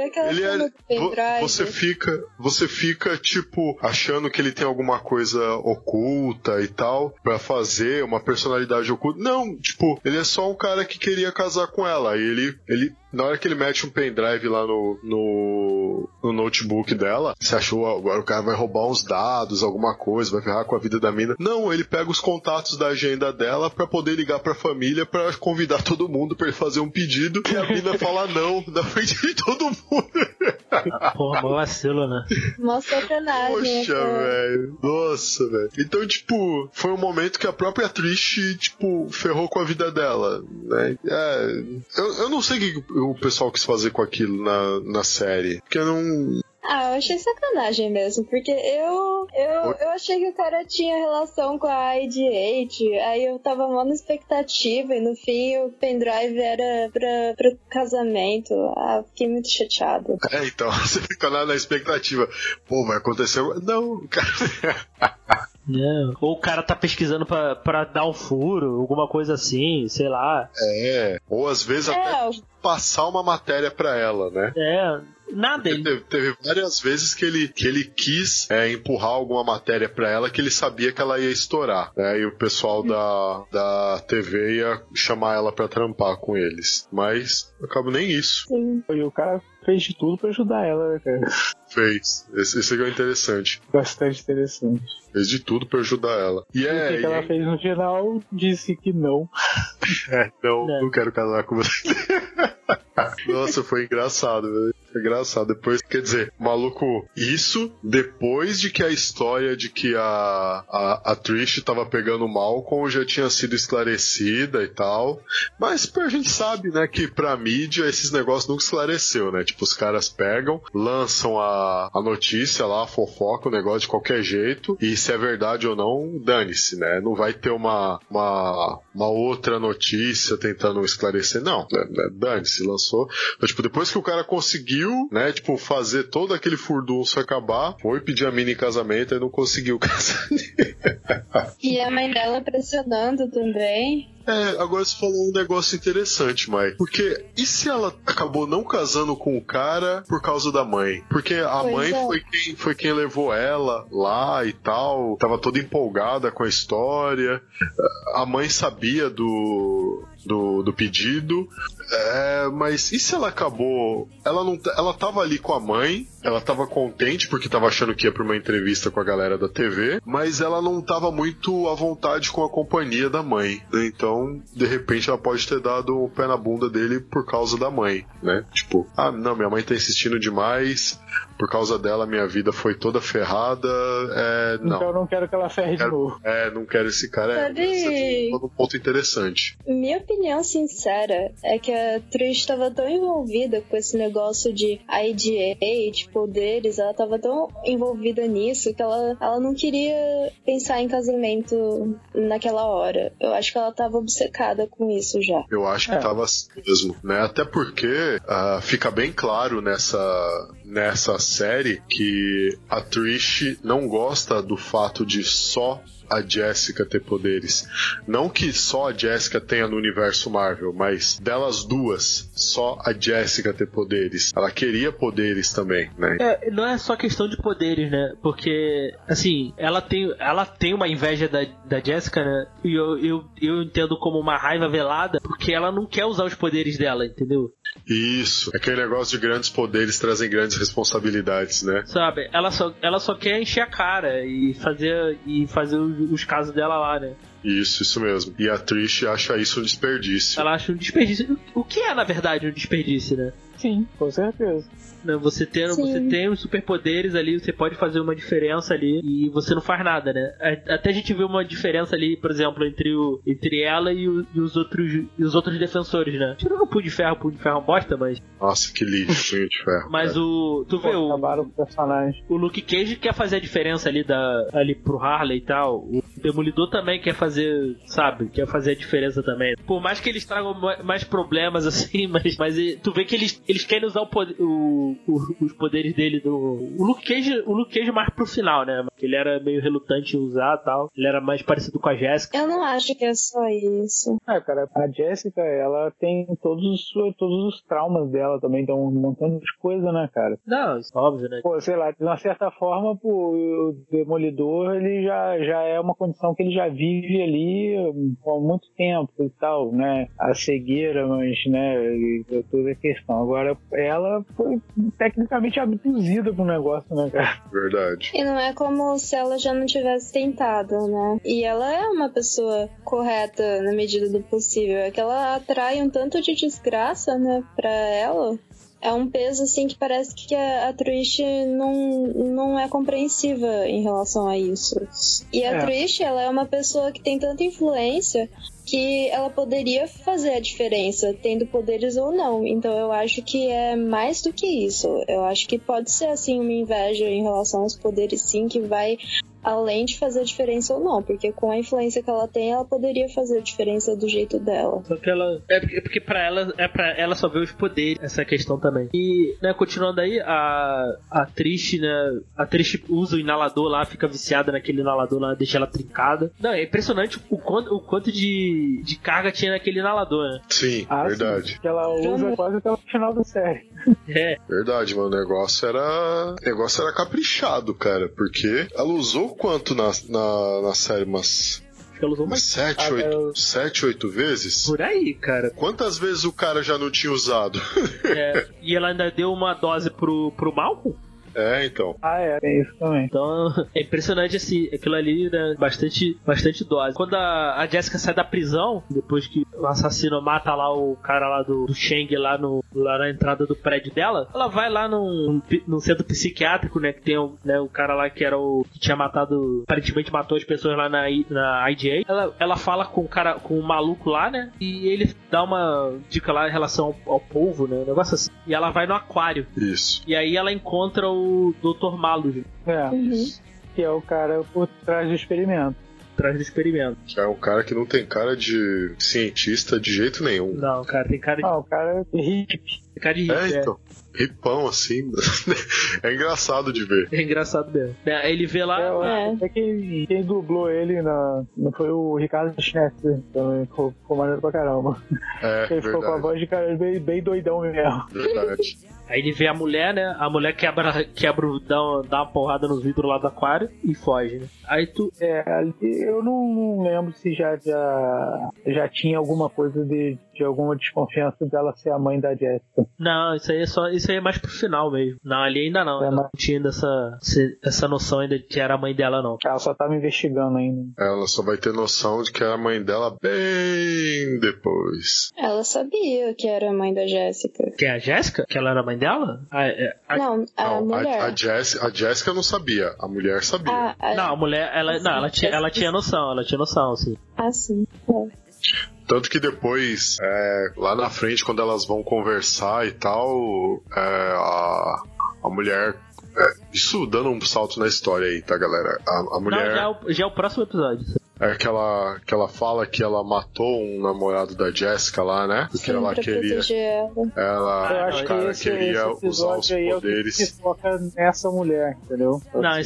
você fica tipo achando que ele tem alguma coisa oculta e tal pra fazer uma personalidade oculta. Não, tipo, ele é só um cara que queria casar com ela. E ele na hora que ele mete um pendrive lá no notebook dela, você achou, agora o cara vai roubar uns dados, alguma coisa, vai ferrar com a vida da mina. Não, ele pega os contatos da agenda dela pra poder ligar pra família pra convidar todo mundo pra ele fazer um pedido e a mina fala não na frente de todo mundo. Porra, mó vacilo, né? Mó sacanagem. Poxa, velho. Nossa, velho. Então, tipo, foi um momento que a própria Trish, tipo, ferrou com a vida dela, né? Eu não sei o que o pessoal quis fazer com aquilo na série. Porque eu não... Eu achei sacanagem mesmo, porque eu achei que o cara tinha relação com a IG-8, aí eu tava mal na expectativa, e no fim o pendrive era pra casamento. Fiquei muito chateado. Então, você fica lá na expectativa, pô, vai acontecer... Não, cara... Ou o cara tá pesquisando pra dar um furo, alguma coisa assim, sei lá. Ou às vezes até passar uma matéria pra ela, né? Nada. Teve várias vezes que ele quis empurrar alguma matéria pra ela que ele sabia que ela ia estourar, né? E o pessoal da TV ia chamar ela pra trampar com eles. Mas acabou nem isso. Sim. E o cara fez de tudo pra ajudar ela, né, cara? Fez. Esse é interessante. Bastante interessante. Fez de tudo pra ajudar ela. E o que ela fez no final, disse que não. Não quero casar com você. Nossa, foi engraçado, velho. Foi engraçado. Depois, quer dizer, maluco, isso depois de que a história de que a Trish tava pegando mal com já tinha sido esclarecida e tal. Mas a gente sabe, né, que pra mídia esses negócios nunca esclareceu, né? Tipo, os caras pegam, lançam a notícia lá, a fofoca, o negócio de qualquer jeito, e se é verdade ou não, dane-se, né? Não vai ter uma outra notícia tentando esclarecer, não. Dane-se, lançou. Então, tipo, depois que o cara conseguiu, né, tipo, fazer todo aquele furdunço acabar, foi pedir a mina em casamento e não conseguiu casar. E a mãe dela pressionando também. Agora você falou um negócio interessante, Mai. Porque, e se ela acabou não casando com o cara por causa da mãe? Porque a mãe foi quem levou ela lá e tal, tava toda empolgada com a história, a mãe sabia do pedido, mas e se ela acabou... Ela tava ali com a mãe, ela tava contente porque tava achando que ia pra uma entrevista com a galera da TV, mas ela não tava muito à vontade com a companhia da mãe, né? Então, de repente, ela pode ter dado o pé na bunda dele por causa da mãe, né? Tipo, não, minha mãe tá insistindo demais, por causa dela minha vida foi toda ferrada, não. Então eu não quero que ela ferre de novo. Não quero esse cara. Esse é um ponto interessante. Minha opinião sincera é que a Trish estava tão envolvida com esse negócio de IDA, de poderes, ela estava tão envolvida nisso que ela não queria pensar em casamento naquela hora. Eu acho que ela estava obcecada com isso já. Eu acho que estava assim mesmo, né? Até porque fica bem claro nessa série que a Trish não gosta do fato de só a Jessica ter poderes. Não que só a Jessica tenha no universo Marvel, mas delas duas, só a Jessica ter poderes. Ela queria poderes também, né? Não é só questão de poderes, né? Porque, assim, ela tem uma inveja da Jessica, né? E eu entendo como uma raiva velada, porque ela não quer usar os poderes dela, entendeu? Isso. Aquele negócio de grandes poderes trazem grandes responsabilidades, né? Sabe? Ela só quer encher a cara e fazer os casos dela lá, né? Isso mesmo. E a Trish acha isso um desperdício. Ela acha um desperdício. O que é, na verdade, um desperdício, né? Sim, com certeza. Você tem os superpoderes ali, você pode fazer uma diferença ali e você não faz nada, né? Até a gente vê uma diferença ali, por exemplo, entre ela e os outros defensores, né? Tirando o Punho de Ferro é uma bosta, mas... Nossa, que lixo, Punho de Ferro. Mas tu vê acabaram com o personagem. O Luke Cage quer fazer a diferença ali pro Harley e tal. O Demolidor também quer fazer, sabe? Quer fazer a diferença também. Por mais que eles tragam mais problemas, assim, mas tu vê que eles querem usar os poderes dele o Luke Cage mais pro final, né? Ele era meio relutante em usar e tal. Ele era mais parecido com a Jessica. Eu não acho que é só isso. Cara, a Jessica, ela tem todos os traumas dela também, então um montão de coisa, né, cara? Não, isso é óbvio, né? Pô, sei lá, de uma certa forma, o Demolidor, ele já é uma condição que ele já vive ali há muito tempo e tal, né? A cegueira, mas, né, toda a questão. Agora, ela foi tecnicamente abduzida pro negócio, né, cara? Verdade. E não é como se ela já não tivesse tentado, né? E ela é uma pessoa correta na medida do possível. É que ela atrai um tanto de desgraça, né, pra ela. É um peso, assim, que parece que a Trish não é compreensiva em relação a isso. E a Trish, ela é uma pessoa que tem tanta influência que ela poderia fazer a diferença, tendo poderes ou não. Então eu acho que é mais do que isso. Eu acho que pode ser, assim, uma inveja em relação aos poderes, sim, que vai além de fazer diferença ou não, porque com a influência que ela tem, ela poderia fazer diferença do jeito dela. Só que ela. Porque pra ela só ver os poderes, essa questão também. E, né, continuando aí, a Trish, né? A Trish usa o inalador lá, fica viciada naquele inalador lá, deixa ela trincada. Não, é impressionante o quanto de carga tinha naquele inalador, né? Sim, verdade. Sim, que ela usa quase até o final da série. É. Verdade, mano. O negócio era caprichado, cara. Porque ela usou quanto na série? Mas Ela usou umas mais 7, 8 vezes? por aí, cara. Quantas vezes o cara já não tinha usado? E ela ainda deu uma dose pro Malcolm. É, então. Tem isso também. Então, é impressionante assim, aquilo ali, né? Bastante dose. Quando a Jessica sai da prisão, depois que o assassino mata lá o cara lá do Shang lá na entrada do prédio dela, ela vai lá num centro psiquiátrico, né? Que tem o cara lá que era que tinha matado, aparentemente matou as pessoas lá na IDA. Ela fala com o maluco lá, né? E ele dá uma dica lá em relação ao polvo, né? Um negócio assim. E ela vai no aquário. Isso. E aí ela encontra o Dr. Malus. Que é o cara por trás do experimento. Que é um cara que não tem cara de cientista de jeito nenhum. Não, cara, tem cara de... o cara é hippie. Tem cara de hippie, então. Ripão, assim. É engraçado de ver. É engraçado mesmo. Aí ele vê lá... É que quem dublou ele não foi o Ricardo Schnetzer. Também ficou maneiro pra caramba. Ele ficou com a voz de cara bem doidão mesmo. Verdade. Aí ele vê a mulher, né? A mulher dá uma porrada nos vidros lá do aquário e foge, né? Aí tu... eu não lembro se já tinha alguma coisa de alguma desconfiança dela ser a mãe da Jessica. Não, isso aí é mais pro final mesmo. Não, ali ainda não. Ela não tinha ainda essa noção ainda de que era a mãe dela, não. Ela só tava investigando ainda. Ela só vai ter noção de que era a mãe dela bem depois. Ela sabia que era a mãe da Jéssica. Que é a Jéssica? Que ela era a mãe dela? Não, a mulher. A Jéssica não sabia, a mulher sabia. Não, a mulher, ela tinha noção, sim. Ah, sim. Tanto que depois, lá na frente, quando elas vão conversar e tal, a mulher... isso dando um salto na história aí, tá, galera? A mulher... Não, já é o próximo episódio. É que ela fala que ela matou um namorado da Jessica lá, né? Porque Sim, ela queria. Ela, eu acho que esse usar os poderes. Que foca nessa mulher, entendeu? Não,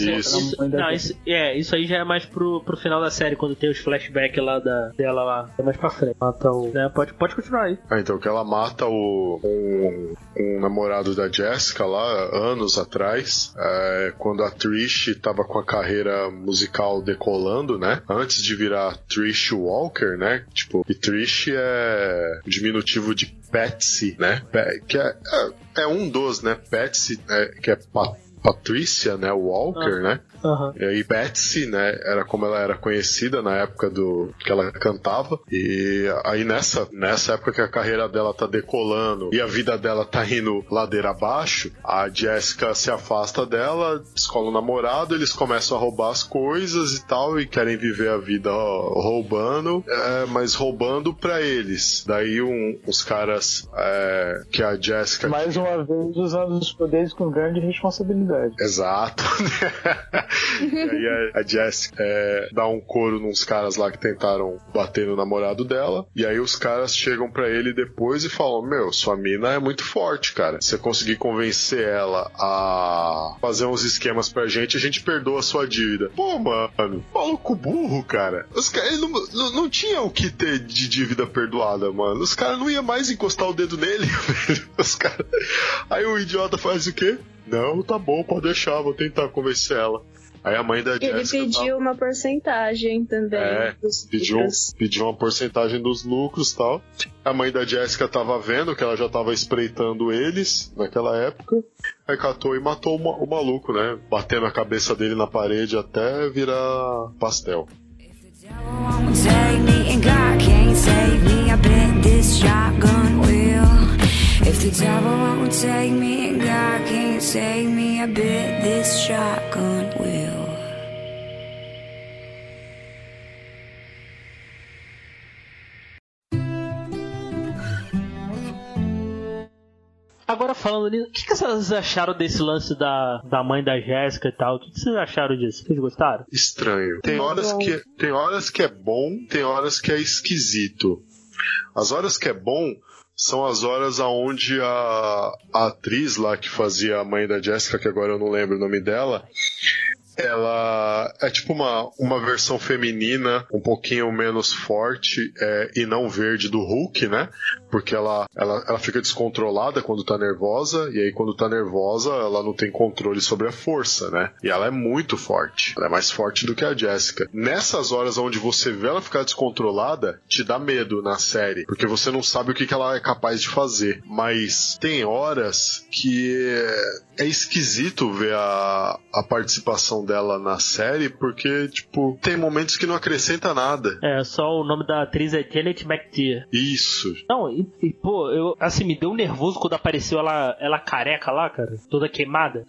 isso aí já é mais pro final da série, quando tem os flashbacks lá dela lá. É mais pra frente. Mata o. Né? Pode continuar aí. Então, que ela mata um namorado da Jessica lá, anos atrás, quando a Trish tava com a carreira musical decolando, né? Antes de virar Trish Walker, né? Tipo, e Trish é o diminutivo de Patsy, né? Que é um dos, né? Patsy, que é Patrícia, né? Walker, né? Uhum. E aí Patsy, né, era como ela era conhecida na época que ela cantava. E aí nessa época que a carreira dela tá decolando e a vida dela tá indo ladeira abaixo, a Jessica se afasta dela, escola um namorado, eles começam a roubar as coisas e tal, e querem viver a vida roubando, mas roubando pra eles. Daí os caras que a Jessica... Mais uma vez usando os poderes com grande responsabilidade. Exato. E aí a Jessica dá um couro nos caras lá que tentaram bater no namorado dela. E aí os caras chegam pra ele depois e falam: meu, sua mina é muito forte, cara. Se você conseguir convencer ela a fazer uns esquemas pra gente, a gente perdoa a sua dívida. Pô, mano, maluco burro, cara. Os caras não tinha o que ter de dívida perdoada, mano. Os caras não iam mais encostar o dedo nele, velho. Os caras... Aí o idiota faz o quê? Não, tá bom, pode deixar, vou tentar convencer ela. Aí a mãe da Jessica... Ele pediu uma porcentagem também dos lucros. Pediu uma porcentagem dos lucros e tal. A mãe da Jessica tava vendo que ela já tava espreitando eles naquela época. Aí catou e matou o maluco, né? Batendo a cabeça dele na parede até virar pastel. If the devil won't take me and God can't save me, I bet this shotgun will. Agora falando nisso, o que vocês acharam desse lance da mãe da Jéssica e tal? O que vocês acharam disso? Vocês gostaram? Estranho. Tem horas que é bom, tem horas que é esquisito. As horas que é bom são as horas aonde a atriz lá que fazia a mãe da Jéssica, que agora eu não lembro o nome dela, ela é tipo uma versão feminina um pouquinho menos forte e não verde do Hulk, né? Porque ela fica descontrolada quando tá nervosa, e aí quando tá nervosa ela não tem controle sobre a força, né? E ela é muito forte, ela é mais forte do que a Jéssica. Nessas horas onde você vê ela ficar descontrolada, te dá medo na série, porque você não sabe o que ela é capaz de fazer. Mas tem horas que é esquisito ver a participação dela na série, porque, tipo, tem momentos que não acrescenta nada. Só o nome da atriz é Janet McTeer. Isso. Não, pô, eu, assim, me deu um nervoso quando apareceu ela careca lá, cara, toda queimada.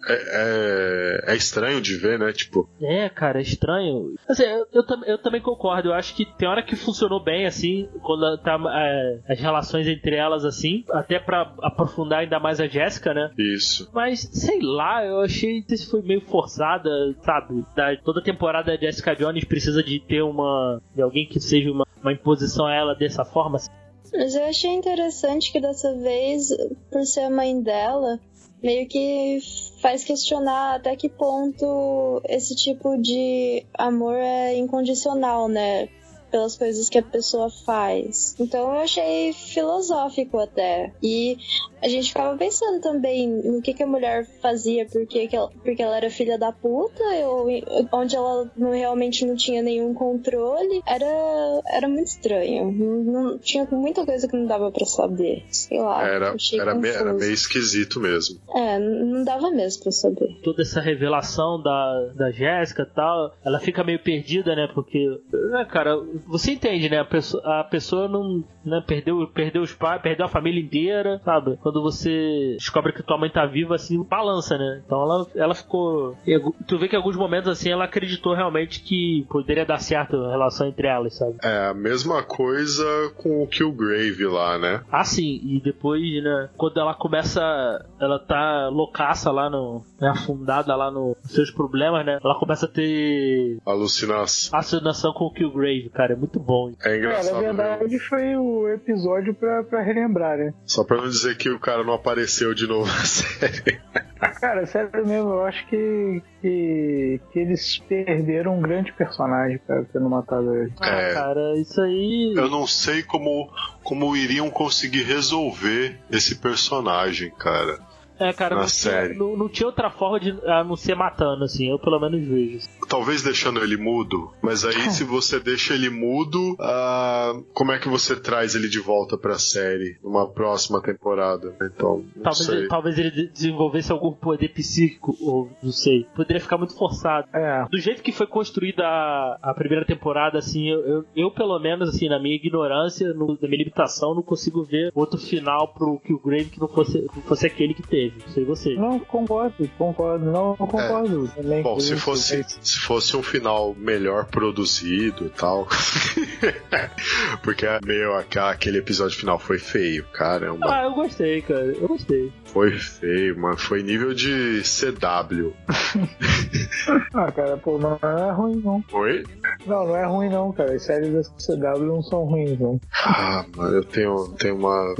É estranho de ver, né, tipo... Cara, é estranho. Assim, eu também concordo, eu acho que tem hora que funcionou bem, assim, quando tá as relações entre elas, assim, até pra aprofundar ainda mais a Jéssica, né? Isso. Mas, sei lá, eu achei que isso foi meio forçada, sabe? Toda temporada a Jessica Jones precisa de ter de alguém que seja uma imposição a ela dessa forma. Mas eu achei interessante que dessa vez, por ser a mãe dela, meio que faz questionar até que ponto esse tipo de amor é incondicional, né? Pelas coisas que a pessoa faz. Então eu achei filosófico até. E a gente ficava pensando também no que a mulher fazia porque ela era filha da puta, ou onde ela realmente não tinha nenhum controle. Era muito estranho. Não, tinha muita coisa que não dava pra saber. Sei lá. Era meio esquisito mesmo. Não dava mesmo pra saber. Toda essa revelação da Jéssica e tal, ela fica meio perdida, né? Porque, cara, você entende, né? A pessoa não, né, perdeu os pais, perdeu a família inteira, sabe? Quando você descobre que tua mãe tá viva, assim, balança, né? Então ela ficou... Tu vê que em alguns momentos, assim, ela acreditou realmente que poderia dar certo a relação entre elas, sabe? É a mesma coisa com o Killgrave lá, né? Ah, sim. E depois, né, quando ela começa... Ela tá loucaça lá afundada lá nos seus problemas, né? Ela começa a ter... Alucinação com o Killgrave, cara. É muito bom. É engraçado. Na verdade, mesmo. Foi o episódio pra relembrar, né? Só pra não dizer que o cara não apareceu de novo na série. Cara, sério mesmo, eu acho que eles perderam um grande personagem, cara, tendo matado ele. Cara, isso aí... Eu não sei como iriam conseguir resolver esse personagem, cara. Cara, não tinha outra forma de a não ser matando, assim, eu pelo menos vejo. Talvez deixando ele mudo, mas aí se você deixa ele mudo, como é que você traz ele de volta pra série numa próxima temporada? Então, talvez ele desenvolvesse algum poder psíquico, ou não sei. Poderia ficar muito forçado. Do jeito que foi construída a primeira temporada, assim, eu pelo menos, assim, na minha ignorância, na minha limitação, não consigo ver outro final pro Killgrave que não fosse aquele que teve. Sei você. Não, concordo. Também. Bom, se fosse um final melhor produzido e tal. Porque aquele episódio final foi feio, caramba. Eu gostei, cara. Eu gostei. Foi feio, mano. Foi nível de CW. Cara, pô, não é ruim, não. Oi? Não é ruim, não, cara. As séries da CW não são ruins, não. Mano, eu tenho uma...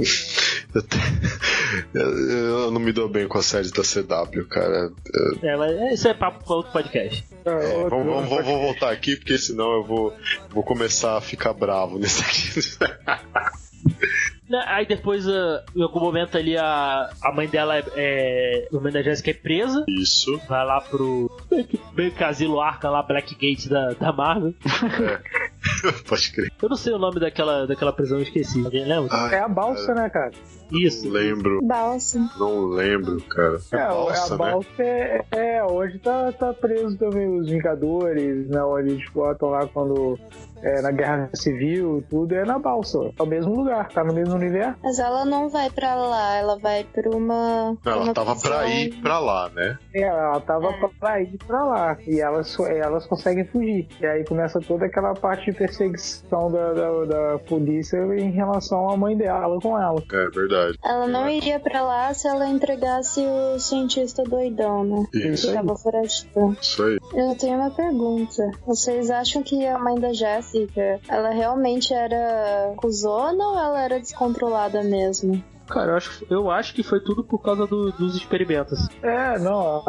Eu não me dou bem com as séries da CW, cara. Mas isso é papo para outro podcast. Vou voltar aqui, porque senão eu vou começar a ficar bravo nisso aqui. Aí depois, em algum momento ali, a mãe dela a mãe da Jéssica é presa. Isso. Vai lá pro meio que asilo Arkham lá, Blackgate da Marvel. Pode crer. Eu não sei o nome daquela prisão, eu esqueci. Alguém lembra? É a Balsa, né, cara? Isso. Não lembro. Balsa. Não lembro, cara. A Balsa, né? Hoje tá preso também os Vingadores, né? Onde eles botam lá quando... na Guerra Civil, tudo é na Balsa. É o mesmo lugar, tá no mesmo universo. Mas ela não vai pra lá, ela vai pra uma... Ela tava pra ir pra lá, né? Ela tava pra ir pra lá. E elas conseguem fugir. E aí começa toda aquela parte de perseguição da polícia em relação à mãe dela com ela. É verdade. Ela não iria pra lá se ela entregasse o cientista doidão, né? Isso. Que tava foragido. Isso aí. Eu tenho uma pergunta. Vocês acham que a mãe da Jéssica, ela realmente era cuzona ou ela era descontrolada mesmo? Cara, eu acho que foi tudo por causa dos experimentos. Não,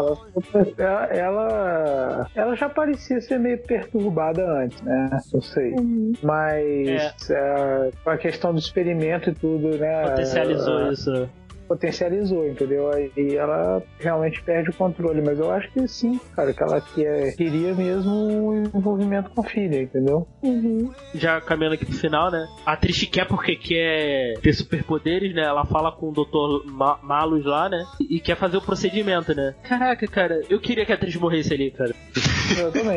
ela já parecia ser meio perturbada antes, né? Eu sei. Mas com a questão do experimento e tudo, né? Potencializou isso. Potencializou, entendeu? E ela realmente perde o controle, mas eu acho que sim, cara, que ela queria mesmo um envolvimento com a filha, entendeu? Já caminhando aqui pro final, né? A atriz quer porque quer ter superpoderes, né? Ela fala com o Dr. Malus lá, né? E quer fazer o procedimento, né? Caraca, cara, eu queria que a atriz morresse ali, cara. Eu também.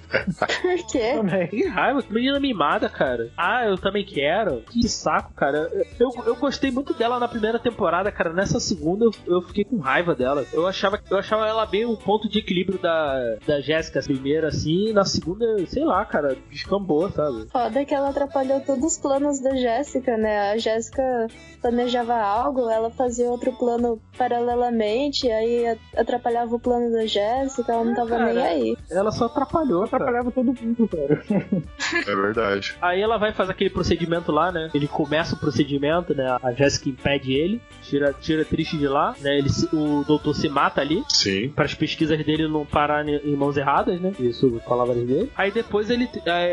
Por quê? Também. Que raiva, que menina mimada, cara. Ah, eu também quero. Que saco, cara. Eu gostei muito dela na primeira temporada, cara. Nessa segunda eu fiquei com raiva dela. Eu achava ela bem um ponto de equilíbrio da Jéssica primeira, assim. E na segunda, sei lá, cara, descambou, sabe? Foda que ela atrapalhou todos os planos da Jéssica, né? A Jéssica planejava algo, ela fazia outro plano paralelamente, aí atrapalhava o plano da Jéssica, ela não tava nem aí. Ela só atrapalhou, atrapalhava todo mundo, cara. É verdade. Aí ela vai fazer aquele procedimento lá, né? Ele começa o procedimento, né? A Jéssica impede ele, tira Trish de lá, né? O doutor se mata ali. Sim. Para as pesquisas dele não pararem em mãos erradas, né? Isso, palavras dele. Aí depois ele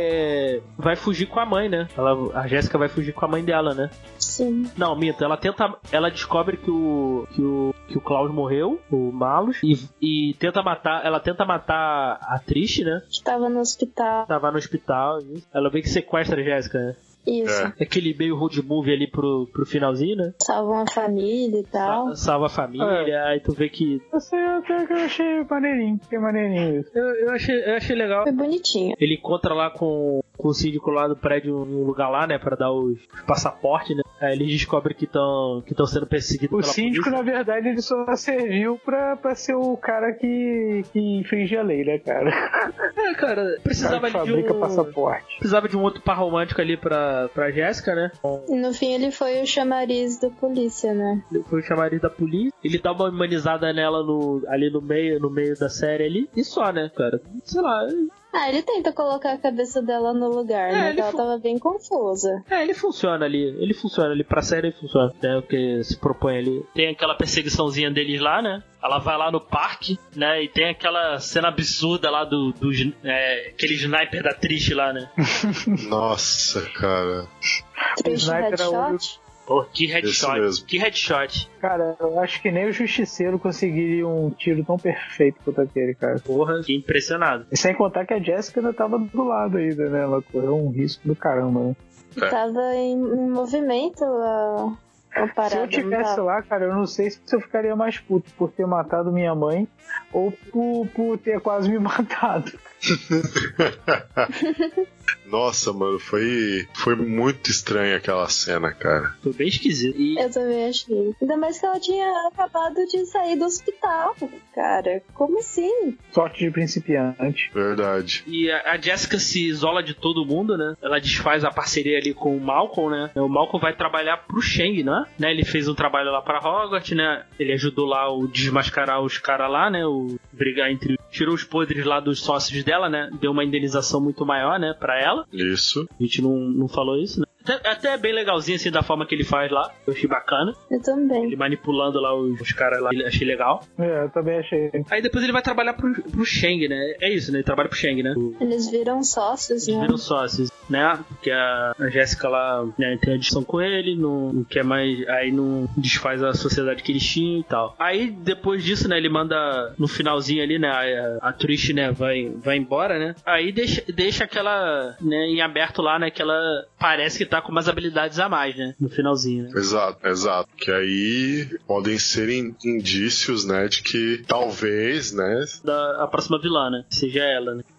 vai fugir com a mãe, né? A Jéssica vai fugir com a mãe dela, né? Sim. Não, minto. Ela descobre que o Klaus morreu, o Malus, e tenta matar. Ela tenta matar a Trish, né? Estava no hospital. Tava no hospital. Ela vê que sequestra a Jéssica, né? Isso. Aquele meio road movie ali pro finalzinho, né? Salvam a família e tal. Salva a família, aí tu vê que... Até que eu achei maneirinho. Fiquei maneirinho isso. Eu achei legal. Foi bonitinho. Ele encontra lá com o síndico lá do prédio, um lugar lá, né? Pra dar os passaportes, né? Aí eles descobrem que estão sendo perseguidos pela polícia. O síndico, na verdade, ele só serviu pra ser o cara que infringe a lei, né, cara? Cara, precisava de fabrica passaporte. Precisava de um outro par romântico ali pra Jéssica, né? E no fim ele foi o chamariz da polícia, né? Ele foi o chamariz da polícia. Ele dá uma humanizada nela ali no meio da série ali. E só, né, cara? Sei lá... ele tenta colocar a cabeça dela no lugar, né? Ela tava bem confusa. Ele funciona ali. Pra série ele funciona. É o que se propõe ali. Tem aquela perseguiçãozinha deles lá, né? Ela vai lá no parque, né? E tem aquela cena absurda lá aquele sniper da Trish lá, né? Nossa, cara. Trish headshot? Pô, que headshot. Que headshot. Cara, eu acho que nem o Justiceiro conseguiria um tiro tão perfeito quanto aquele, cara. Porra, fiquei impressionado. E sem contar que a Jéssica ainda tava do lado ainda, né? Ela correu um risco do caramba, né? Tava em movimento a parada. Se eu tivesse lá, cara, eu não sei se eu ficaria mais puto por ter matado minha mãe ou por ter quase me matado. Nossa, mano, foi muito estranha aquela cena, cara. Foi bem esquisito. Eu também achei. Ainda mais que ela tinha acabado de sair do hospital, cara. Como assim? Sorte de principiante. Verdade. E a Jéssica se isola de todo mundo, né? Ela desfaz a parceria ali com o Malcolm, né? O Malcolm vai trabalhar pro Shang, né? Ele fez um trabalho lá pra Hogwarts, né? Ele ajudou lá o desmascarar os caras lá, né? O brigar entre... Tirou os podres lá dos sócios dela, né? Deu uma indenização muito maior, né? Pra ela. Isso. A gente não falou isso, né? Até bem legalzinho, assim, da forma que ele faz lá. Eu achei bacana. Eu também. Ele manipulando lá os caras lá. Achei legal. Eu também achei. Aí depois ele vai trabalhar pro Shang, né? É isso, né? Ele trabalha pro Shang, né? Eles viram sócios, né? Eles viram sócios, né? Porque a Jéssica lá, né, tem a adição com ele, não quer mais... Aí não desfaz a sociedade que eles tinham e tal. Aí depois disso, né? Ele manda no finalzinho ali, né? A Trish, né? Vai embora, né? Aí deixa aquela, né? Em aberto lá, né? Que ela parece que tá com umas habilidades a mais, né? No finalzinho, né? Exato. Que aí podem ser indícios, né? De que talvez, né? A próxima vilã, né? Seja ela, né?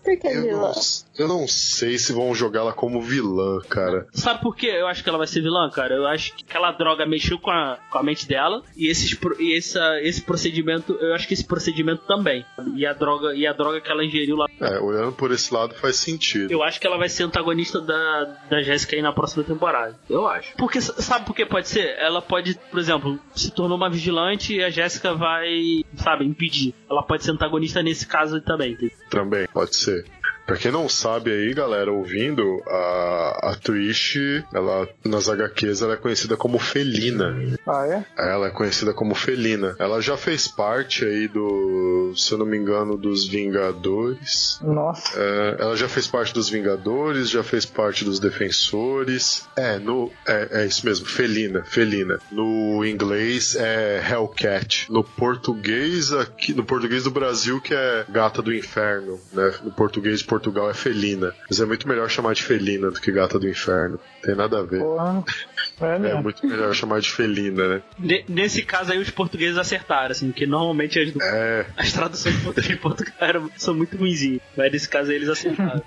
Por que vilã? Eu não sei se vão jogar ela como vilã, cara. Sabe por que eu acho que ela vai ser vilã, cara? Eu acho que aquela droga mexeu com a mente dela e esse procedimento, eu acho que esse procedimento também. E a droga que ela ingeriu lá. Olhando por esse lado faz sentido. Eu acho que ela vai ser antagonista da Jéssica aí na próxima temporada. Eu acho. Porque, sabe por que pode ser? Ela pode, por exemplo, se tornou uma vigilante e a Jéssica vai, sabe, impedir. Ela pode ser antagonista nesse caso também. Também, pode ser. Pra quem não sabe aí, galera, ouvindo, a Trish, ela, nas HQs, ela é conhecida como Felina. Ah, é? Ela é conhecida como Felina. Ela já fez parte aí se eu não me engano, dos Vingadores. Nossa. Ela já fez parte dos Vingadores, já fez parte dos Defensores. É isso mesmo, Felina. No inglês é Hellcat. No português do Brasil, que é Gata do Inferno, né? No português de Portugal é Felina. Mas é muito melhor chamar de Felina do que Gata do Inferno. Tem nada a ver. Porra. É muito melhor chamar de Felina, né? Nesse caso aí os portugueses acertaram, assim, porque normalmente as traduções de Portugal são muito ruinzinhas. Mas nesse caso aí eles acertaram.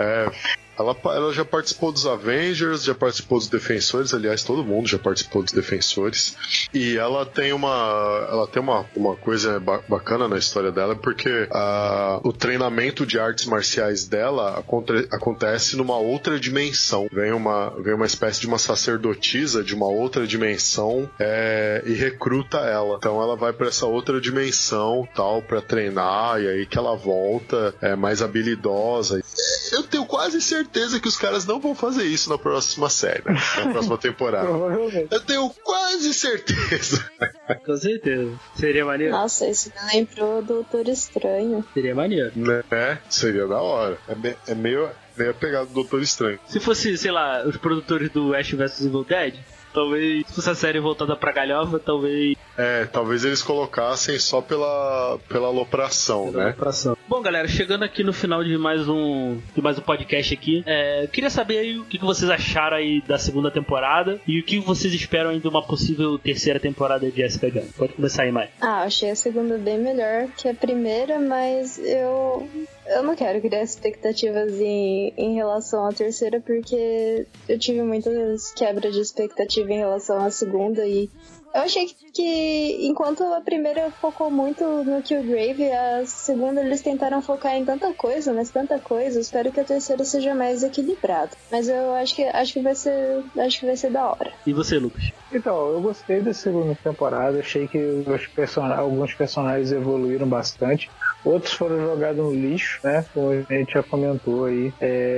Ela já participou dos Avengers, já participou dos Defensores, aliás, todo mundo já participou dos Defensores. E ela tem uma coisa bacana na história dela, porque o treinamento de artes marciais dela acontece numa outra dimensão. Vem uma espécie de uma sacerdotisa de uma outra dimensão e recruta ela. Então ela vai pra essa outra dimensão, tal, pra treinar, e aí que ela volta mais habilidosa. Eu tenho quase certeza que os caras não vão fazer isso na próxima série, né? Na próxima temporada. Eu tenho quase certeza. Com certeza. Seria maneiro? Nossa, isso me lembrou do Doutor Estranho. Seria maneiro. Né? Seria da hora. É meio a pegada do Doutor Estranho. Se fosse, sei lá, os produtores do Ash vs Evil Dead, talvez, se fosse a série voltada pra galhofa, talvez... talvez eles colocassem só pela alopração, né? Bom, galera, chegando aqui no final de mais um podcast aqui, queria saber aí o que vocês acharam aí da segunda temporada e o que vocês esperam aí de uma possível terceira temporada de Jessica Jones. Pode começar aí, Mai. Achei a segunda bem melhor que a primeira, mas eu não quero criar expectativas em relação à terceira, porque eu tive muitas quebras de expectativa em relação à segunda e eu achei que enquanto a primeira focou muito no Killgrave, a segunda eles tentaram focar em tanta coisa, mas tanta coisa. Espero que a terceira seja mais equilibrada. Mas eu acho que vai ser da hora. E você, Lucas? Então, eu gostei da segunda temporada. Achei que alguns personagens evoluíram bastante. Outros foram jogados no lixo, né? Como a gente já comentou aí,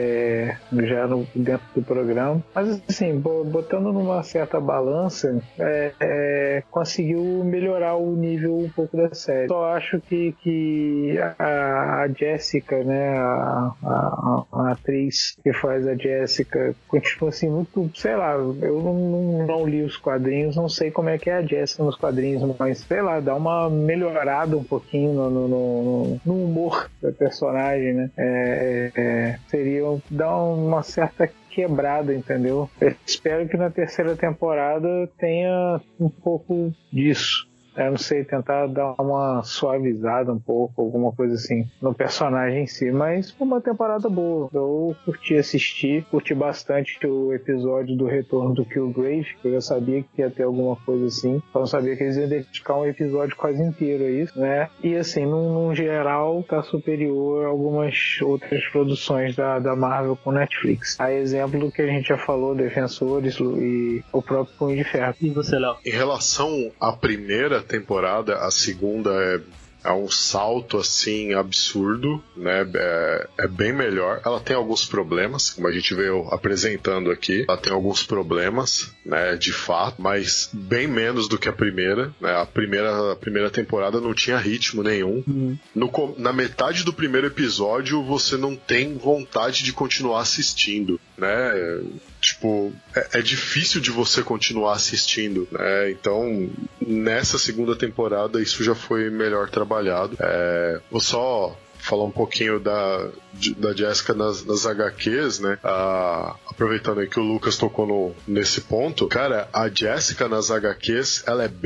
já dentro do programa. Mas assim, botando numa certa balança, conseguiu melhorar o nível um pouco da série. Só acho que a Jessica, né, a atriz que faz a Jessica, continua assim muito, sei lá, eu não li os quadrinhos, não sei como é que é a Jessica nos quadrinhos, mas sei lá, dá uma melhorada um pouquinho no humor da personagem, né? Seria dar uma certa quebrada, entendeu? Eu espero que na terceira temporada tenha um pouco disso. Eu não sei, tentar dar uma suavizada um pouco, alguma coisa assim, no personagem em si, mas foi uma temporada boa. Eu curti bastante o episódio do retorno do Killgrave, que eu já sabia que ia ter alguma coisa assim, só não sabia que eles iam dedicar um episódio quase inteiro a isso, né? E assim, num geral, tá superior a algumas outras produções da Marvel com Netflix. A exemplo do que a gente já falou, Defensores e o próprio Punho de Ferro. E você, Léo? Em relação à primeira temporada, a segunda é um salto assim absurdo, né? É bem melhor. Ela tem alguns problemas, como a gente veio apresentando aqui. Ela tem alguns problemas, né? De fato, mas bem menos do que a primeira, né? A primeira temporada não tinha ritmo nenhum. Na metade do primeiro episódio você não tem vontade de continuar assistindo, né? Tipo, é difícil de você continuar assistindo, né? Então, nessa segunda temporada, isso já foi melhor trabalhado. Vou só falar um pouquinho da Jessica nas HQs, né? Aproveitando aí que o Lucas tocou nesse ponto, cara, a Jessica nas HQs, ela é bem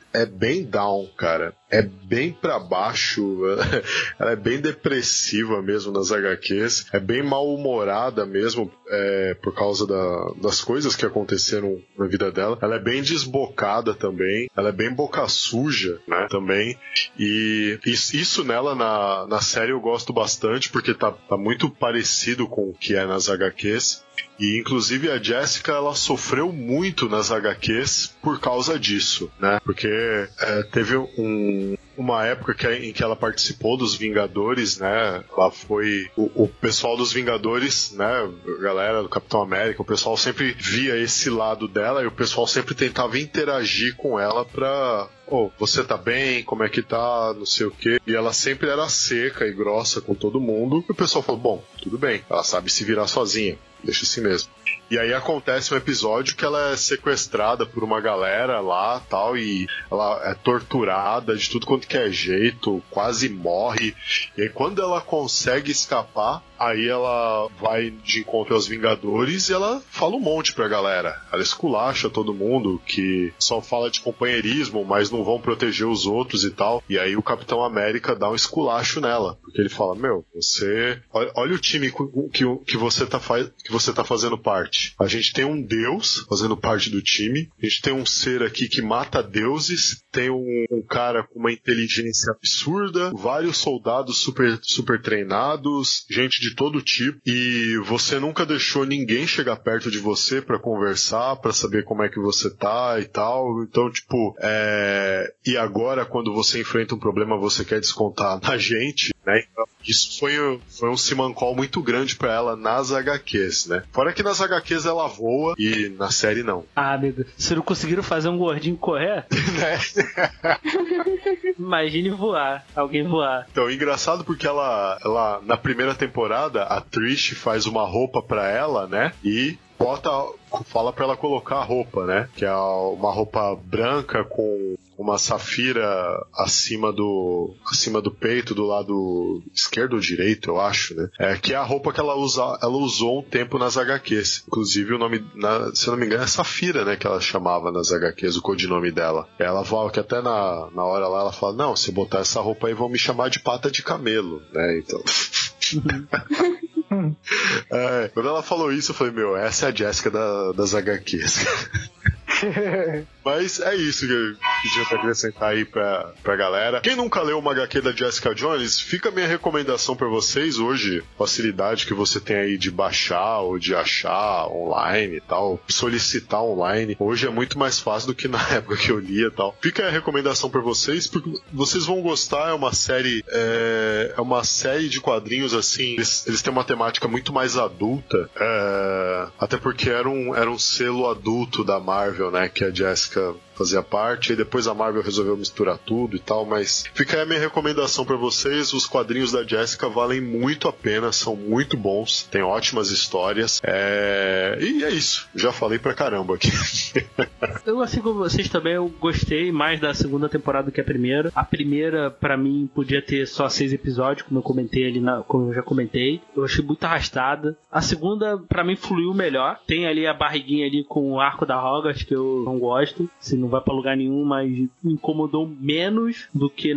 é bem down, cara. É bem pra baixo, ela é bem depressiva mesmo nas HQs, é bem mal-humorada mesmo, por causa das coisas que aconteceram na vida dela. Ela é bem desbocada também, ela é bem boca suja, né, também. E isso nela na série eu gosto bastante, porque tá muito parecido com o que é nas HQs. E inclusive a Jessica, ela sofreu muito nas HQs por causa disso, né? Porque teve uma época em que ela participou dos Vingadores, né? Ela foi... O pessoal dos Vingadores, né? A galera do Capitão América, o pessoal sempre via esse lado dela e o pessoal sempre tentava interagir com ela pra... você tá bem? Como é que tá? Não sei o quê. E ela sempre era seca e grossa com todo mundo. E o pessoal falou, bom, tudo bem. Ela sabe se virar sozinha. Deixa assim mesmo. E aí acontece um episódio que ela é sequestrada por uma galera lá, tal, e ela é torturada de tudo quanto que é jeito, quase morre. E aí quando ela consegue escapar, aí ela vai de encontro aos Vingadores e ela fala um monte pra galera. Ela esculacha todo mundo, que só fala de companheirismo, mas não vão proteger os outros e tal. E aí o Capitão América dá um esculacho nela, porque ele fala, você... Olha o time que você tá fazendo parte. A gente tem um deus fazendo parte do time, a gente tem um ser aqui que mata deuses, tem um cara com uma inteligência absurda, vários soldados super treinados, gente de todo tipo, e você nunca deixou ninguém chegar perto de você pra conversar, pra saber como é que você tá e tal. Então, tipo, e agora quando você enfrenta um problema você quer descontar na gente, né? Então, isso foi um simancol muito grande pra ela nas HQs, né? Fora que nas HQs ela voa e na série não. Ah, amigo, se não conseguiram fazer um gordinho correr, imagine voar, alguém voar. Então, engraçado porque ela na primeira temporada, a Trish faz uma roupa pra ela, né? E fala pra ela colocar a roupa, né? Que é uma roupa branca com uma safira acima do peito, do lado esquerdo ou direito, eu acho, né? Que é a roupa que ela usou um tempo nas HQs. Inclusive o nome, se eu não me engano, é Safira, né? Que ela chamava nas HQs, o codinome dela. Ela fala que até na hora lá, ela fala, não, se eu botar essa roupa aí vão me chamar de pata de camelo, né? Então... quando ela falou isso, eu falei, essa é a Jessica das HQs. Mas é isso que eu podia até acrescentar aí pra galera. Quem nunca leu uma HQ da Jessica Jones, fica a minha recomendação pra vocês hoje. Facilidade que você tem aí de baixar ou de achar online e tal, solicitar online. Hoje é muito mais fácil do que na época que eu lia e tal. Fica a recomendação pra vocês, porque vocês vão gostar. É uma série de quadrinhos assim. Eles têm uma temática muito mais adulta. Até porque era um selo adulto da Marvel, né, que a Jessica fazia parte, e depois a Marvel resolveu misturar tudo e tal, mas fica aí a minha recomendação pra vocês. Os quadrinhos da Jessica valem muito a pena, são muito bons, tem ótimas histórias, e é isso, já falei pra caramba aqui. Eu, assim como vocês também, eu gostei mais da segunda temporada do que a primeira. A primeira, pra mim, podia ter só 6 episódios, como eu comentei ali, como eu já comentei. Eu achei muito arrastada. A segunda, pra mim, fluiu melhor. Tem ali a barriguinha ali com o arco da Hogarth, que eu não gosto. Se não vai pra lugar nenhum, mas me incomodou menos do que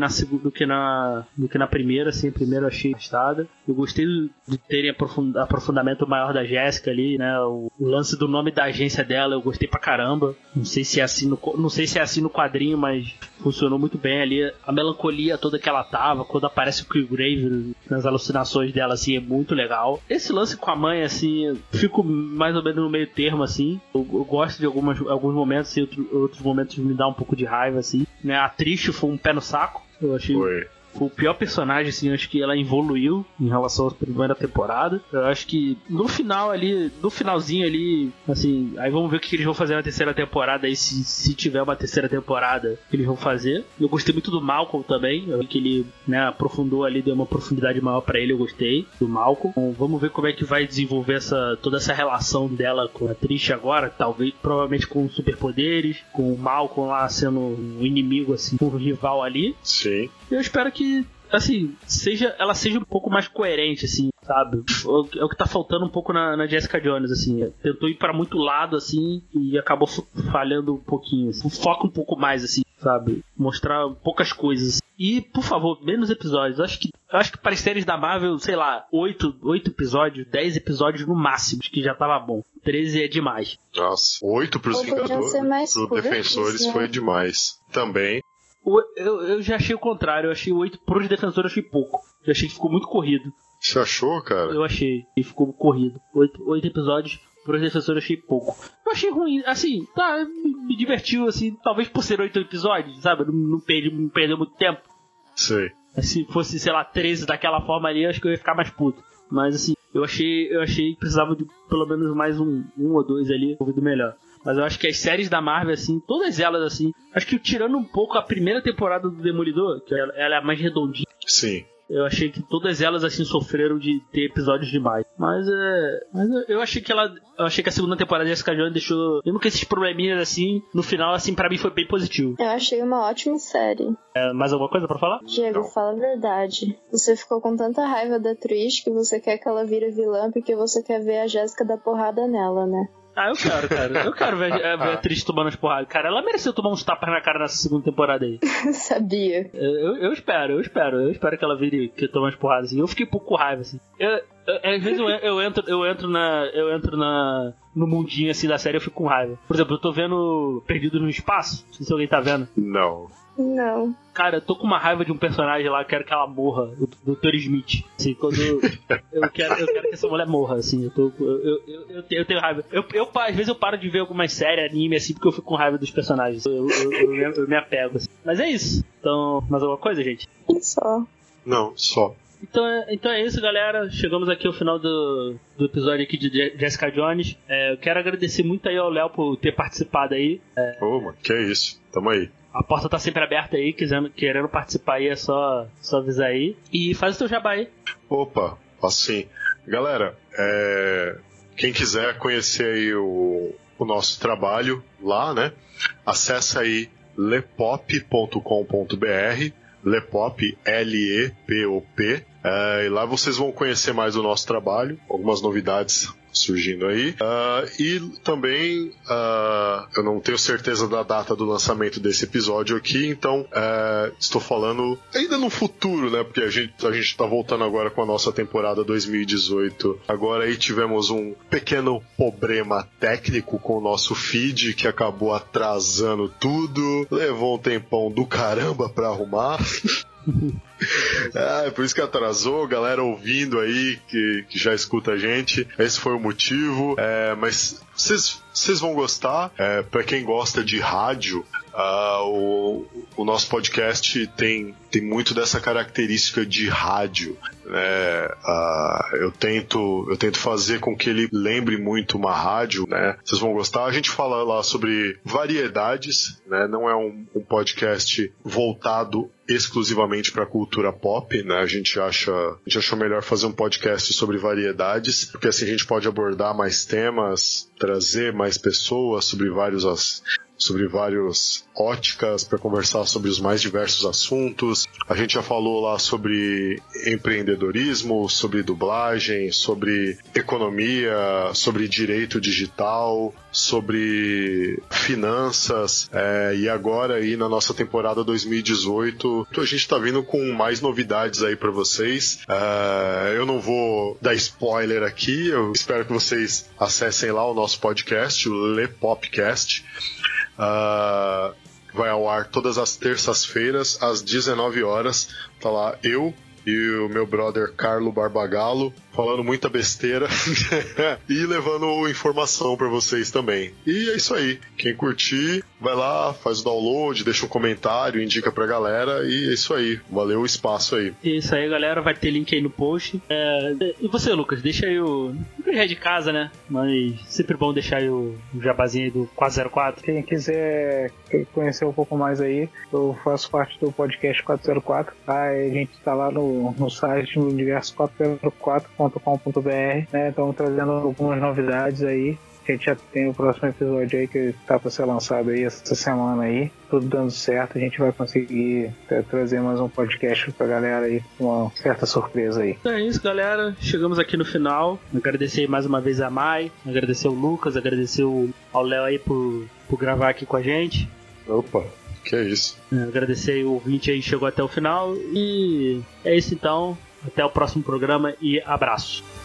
na primeira, assim. A primeira eu achei arrastada. Eu gostei de terem aprofundamento maior da Jessica ali, né? O lance do nome da agência dela, eu gostei pra caramba. Não sei se é assim no quadrinho, mas funcionou muito bem ali. A melancolia toda que ela tava, quando aparece o Killgrave nas alucinações dela, assim, é muito legal. Esse lance com a mãe, assim, fico mais ou menos no meio termo, assim. Eu gosto de alguns momentos, e outros momentos me dá um pouco de raiva, assim. Né? A Trish foi um pé no saco. Eu achei... Foi o pior personagem, assim, eu acho que ela evoluiu em relação à primeira temporada. Eu acho que no finalzinho ali, assim, aí vamos ver o que eles vão fazer na terceira temporada aí, se tiver uma terceira temporada, que eles vão fazer. Eu gostei muito do Malcolm também, eu vi que ele, né, aprofundou ali, deu uma profundidade maior pra ele, eu gostei do Malcolm. Então, vamos ver como é que vai desenvolver toda essa relação dela com a Trish agora, provavelmente com superpoderes, com o Malcolm lá sendo um inimigo, assim, um rival ali. Sim. Eu espero que, assim, ela seja um pouco mais coerente, assim, sabe? É o que tá faltando um pouco na Jessica Jones, assim. Tentou ir pra muito lado, assim, e acabou falhando um pouquinho. Assim. Foca um pouco mais, assim. sabe? Mostrar poucas coisas. E, por favor, menos episódios. Eu acho que para as séries da Marvel, sei lá, 8 episódios, 10 episódios no máximo, acho que já tava bom. 13 é demais. Nossa, 8 pros Vingadores, pros Defensores foi demais. Também. Eu já achei o contrário, eu achei 8 pros Defensores, eu achei pouco. Eu achei que ficou muito corrido. Você achou, cara? Eu achei que ficou corrido. 8 episódios pros Defensores eu achei pouco. Eu achei ruim, assim, tá, me divertiu, assim, talvez por ser 8 episódios, sabe? Não perdeu muito tempo. Sei. Se fosse, sei lá, 13 daquela forma ali, acho que eu ia ficar mais puto. Mas assim, eu achei que precisava de pelo menos mais um ou dois ali, ouvido melhor. Mas eu acho que as séries da Marvel, assim, todas elas, assim, acho que tirando um pouco a primeira temporada do Demolidor, que ela é a mais redondinha. Sim. Eu achei que todas elas, assim, sofreram de ter episódios demais. Mas eu achei que a segunda temporada de Jessica Jones deixou, mesmo com esses probleminhas, assim, no final, assim, pra mim foi bem positivo. Eu achei uma ótima série. Mais alguma coisa pra falar? Diego, Não. fala a verdade. Você ficou com tanta raiva da Trish que você quer que ela vire vilã porque você quer ver a Jéssica dar porrada nela, né? Ah, eu quero, cara. Eu quero ver a Trish tomando as porradas. Cara, ela mereceu tomar uns tapas na cara nessa segunda temporada aí. Sabia. Eu espero. Eu espero que ela vire, que tome as porradas assim. Eu fiquei um pouco com raiva, assim. Às vezes eu entro no mundinho, assim, da série, eu fico com raiva. Por exemplo, eu tô vendo Perdido no Espaço. Não sei se alguém tá vendo. Não. Cara, eu tô com uma raiva de um personagem lá, quero que ela morra, o Dr. Smith. Assim, quando eu quero que essa mulher morra, assim, eu tenho raiva. Às vezes eu paro de ver algumas séries, anime, assim, porque eu fico com raiva dos personagens. Eu me apego, assim. Mas é isso. Então, mais alguma coisa, gente? só. Não, só. Então é isso, galera. Chegamos aqui ao final do episódio aqui de Jessica Jones. Eu quero agradecer muito aí ao Léo por ter participado aí. Ô, mano, que é isso. Tamo aí. A porta tá sempre aberta aí, querendo participar aí, é só avisar aí. E faz o teu jabá aí. Opa, assim. Galera, quem quiser conhecer aí o nosso trabalho lá, né? Acessa aí lepop.com.br, Lepop, L-E-P-O-P. E lá vocês vão conhecer mais o nosso trabalho, algumas novidades surgindo aí. E também eu não tenho certeza da data do lançamento desse episódio aqui, então estou falando ainda no futuro, né? Porque a gente tá voltando agora com a nossa temporada 2018. Agora aí tivemos um pequeno problema técnico com o nosso feed que acabou atrasando tudo. Levou um tempão do caramba pra arrumar. Por isso que atrasou, galera ouvindo aí que já escuta a gente. Esse foi o motivo. Mas vocês vão gostar. Pra quem gosta de rádio, o nosso podcast tem muito dessa característica de rádio, né? Eu tento fazer com que ele lembre muito uma rádio, né? Vocês vão gostar. A gente fala lá sobre variedades, né? Não é um podcast voltado exclusivamente para cultura pop, né? A gente achou melhor fazer um podcast sobre variedades, porque assim a gente pode abordar mais temas, trazer mais pessoas sobre várias óticas para conversar sobre os mais diversos assuntos. A gente já falou lá sobre empreendedorismo, sobre dublagem, sobre economia, sobre direito digital, sobre finanças, e agora aí na nossa temporada 2018 a gente tá vindo com mais novidades aí para vocês. Eu não vou dar spoiler aqui, eu espero que vocês acessem lá o nosso podcast, o Lepopcast. Vai ao ar todas as terças-feiras às 19 horas. Tá lá eu e o meu brother Carlo Barbagallo falando muita besteira e levando informação pra vocês também. E é isso aí. Quem curtir, vai lá, faz o download, deixa um comentário, indica pra galera e é isso aí. Valeu o espaço aí. Isso aí, galera. Vai ter link aí no post. E você, Lucas? Deixa aí o... já é de casa, né? Mas sempre bom deixar aí o jabazinho aí do 404. Quem quiser conhecer um pouco mais aí, eu faço parte do podcast 404. Tá? A gente tá lá no site, no universo404.com.br, né? Estamos trazendo algumas novidades aí. A gente já tem o próximo episódio aí que tá para ser lançado aí essa semana aí. Tudo dando certo, a gente vai conseguir trazer mais um podcast pra galera aí com uma certa surpresa aí. Então é isso, galera. Chegamos aqui no final. Agradecer mais uma vez a Mai, agradecer o Lucas, agradecer ao Léo aí por gravar aqui com a gente. Opa, Que é isso. Agradecer aí o ouvinte aí que chegou até o final. E é isso então. Até o próximo programa e abraço.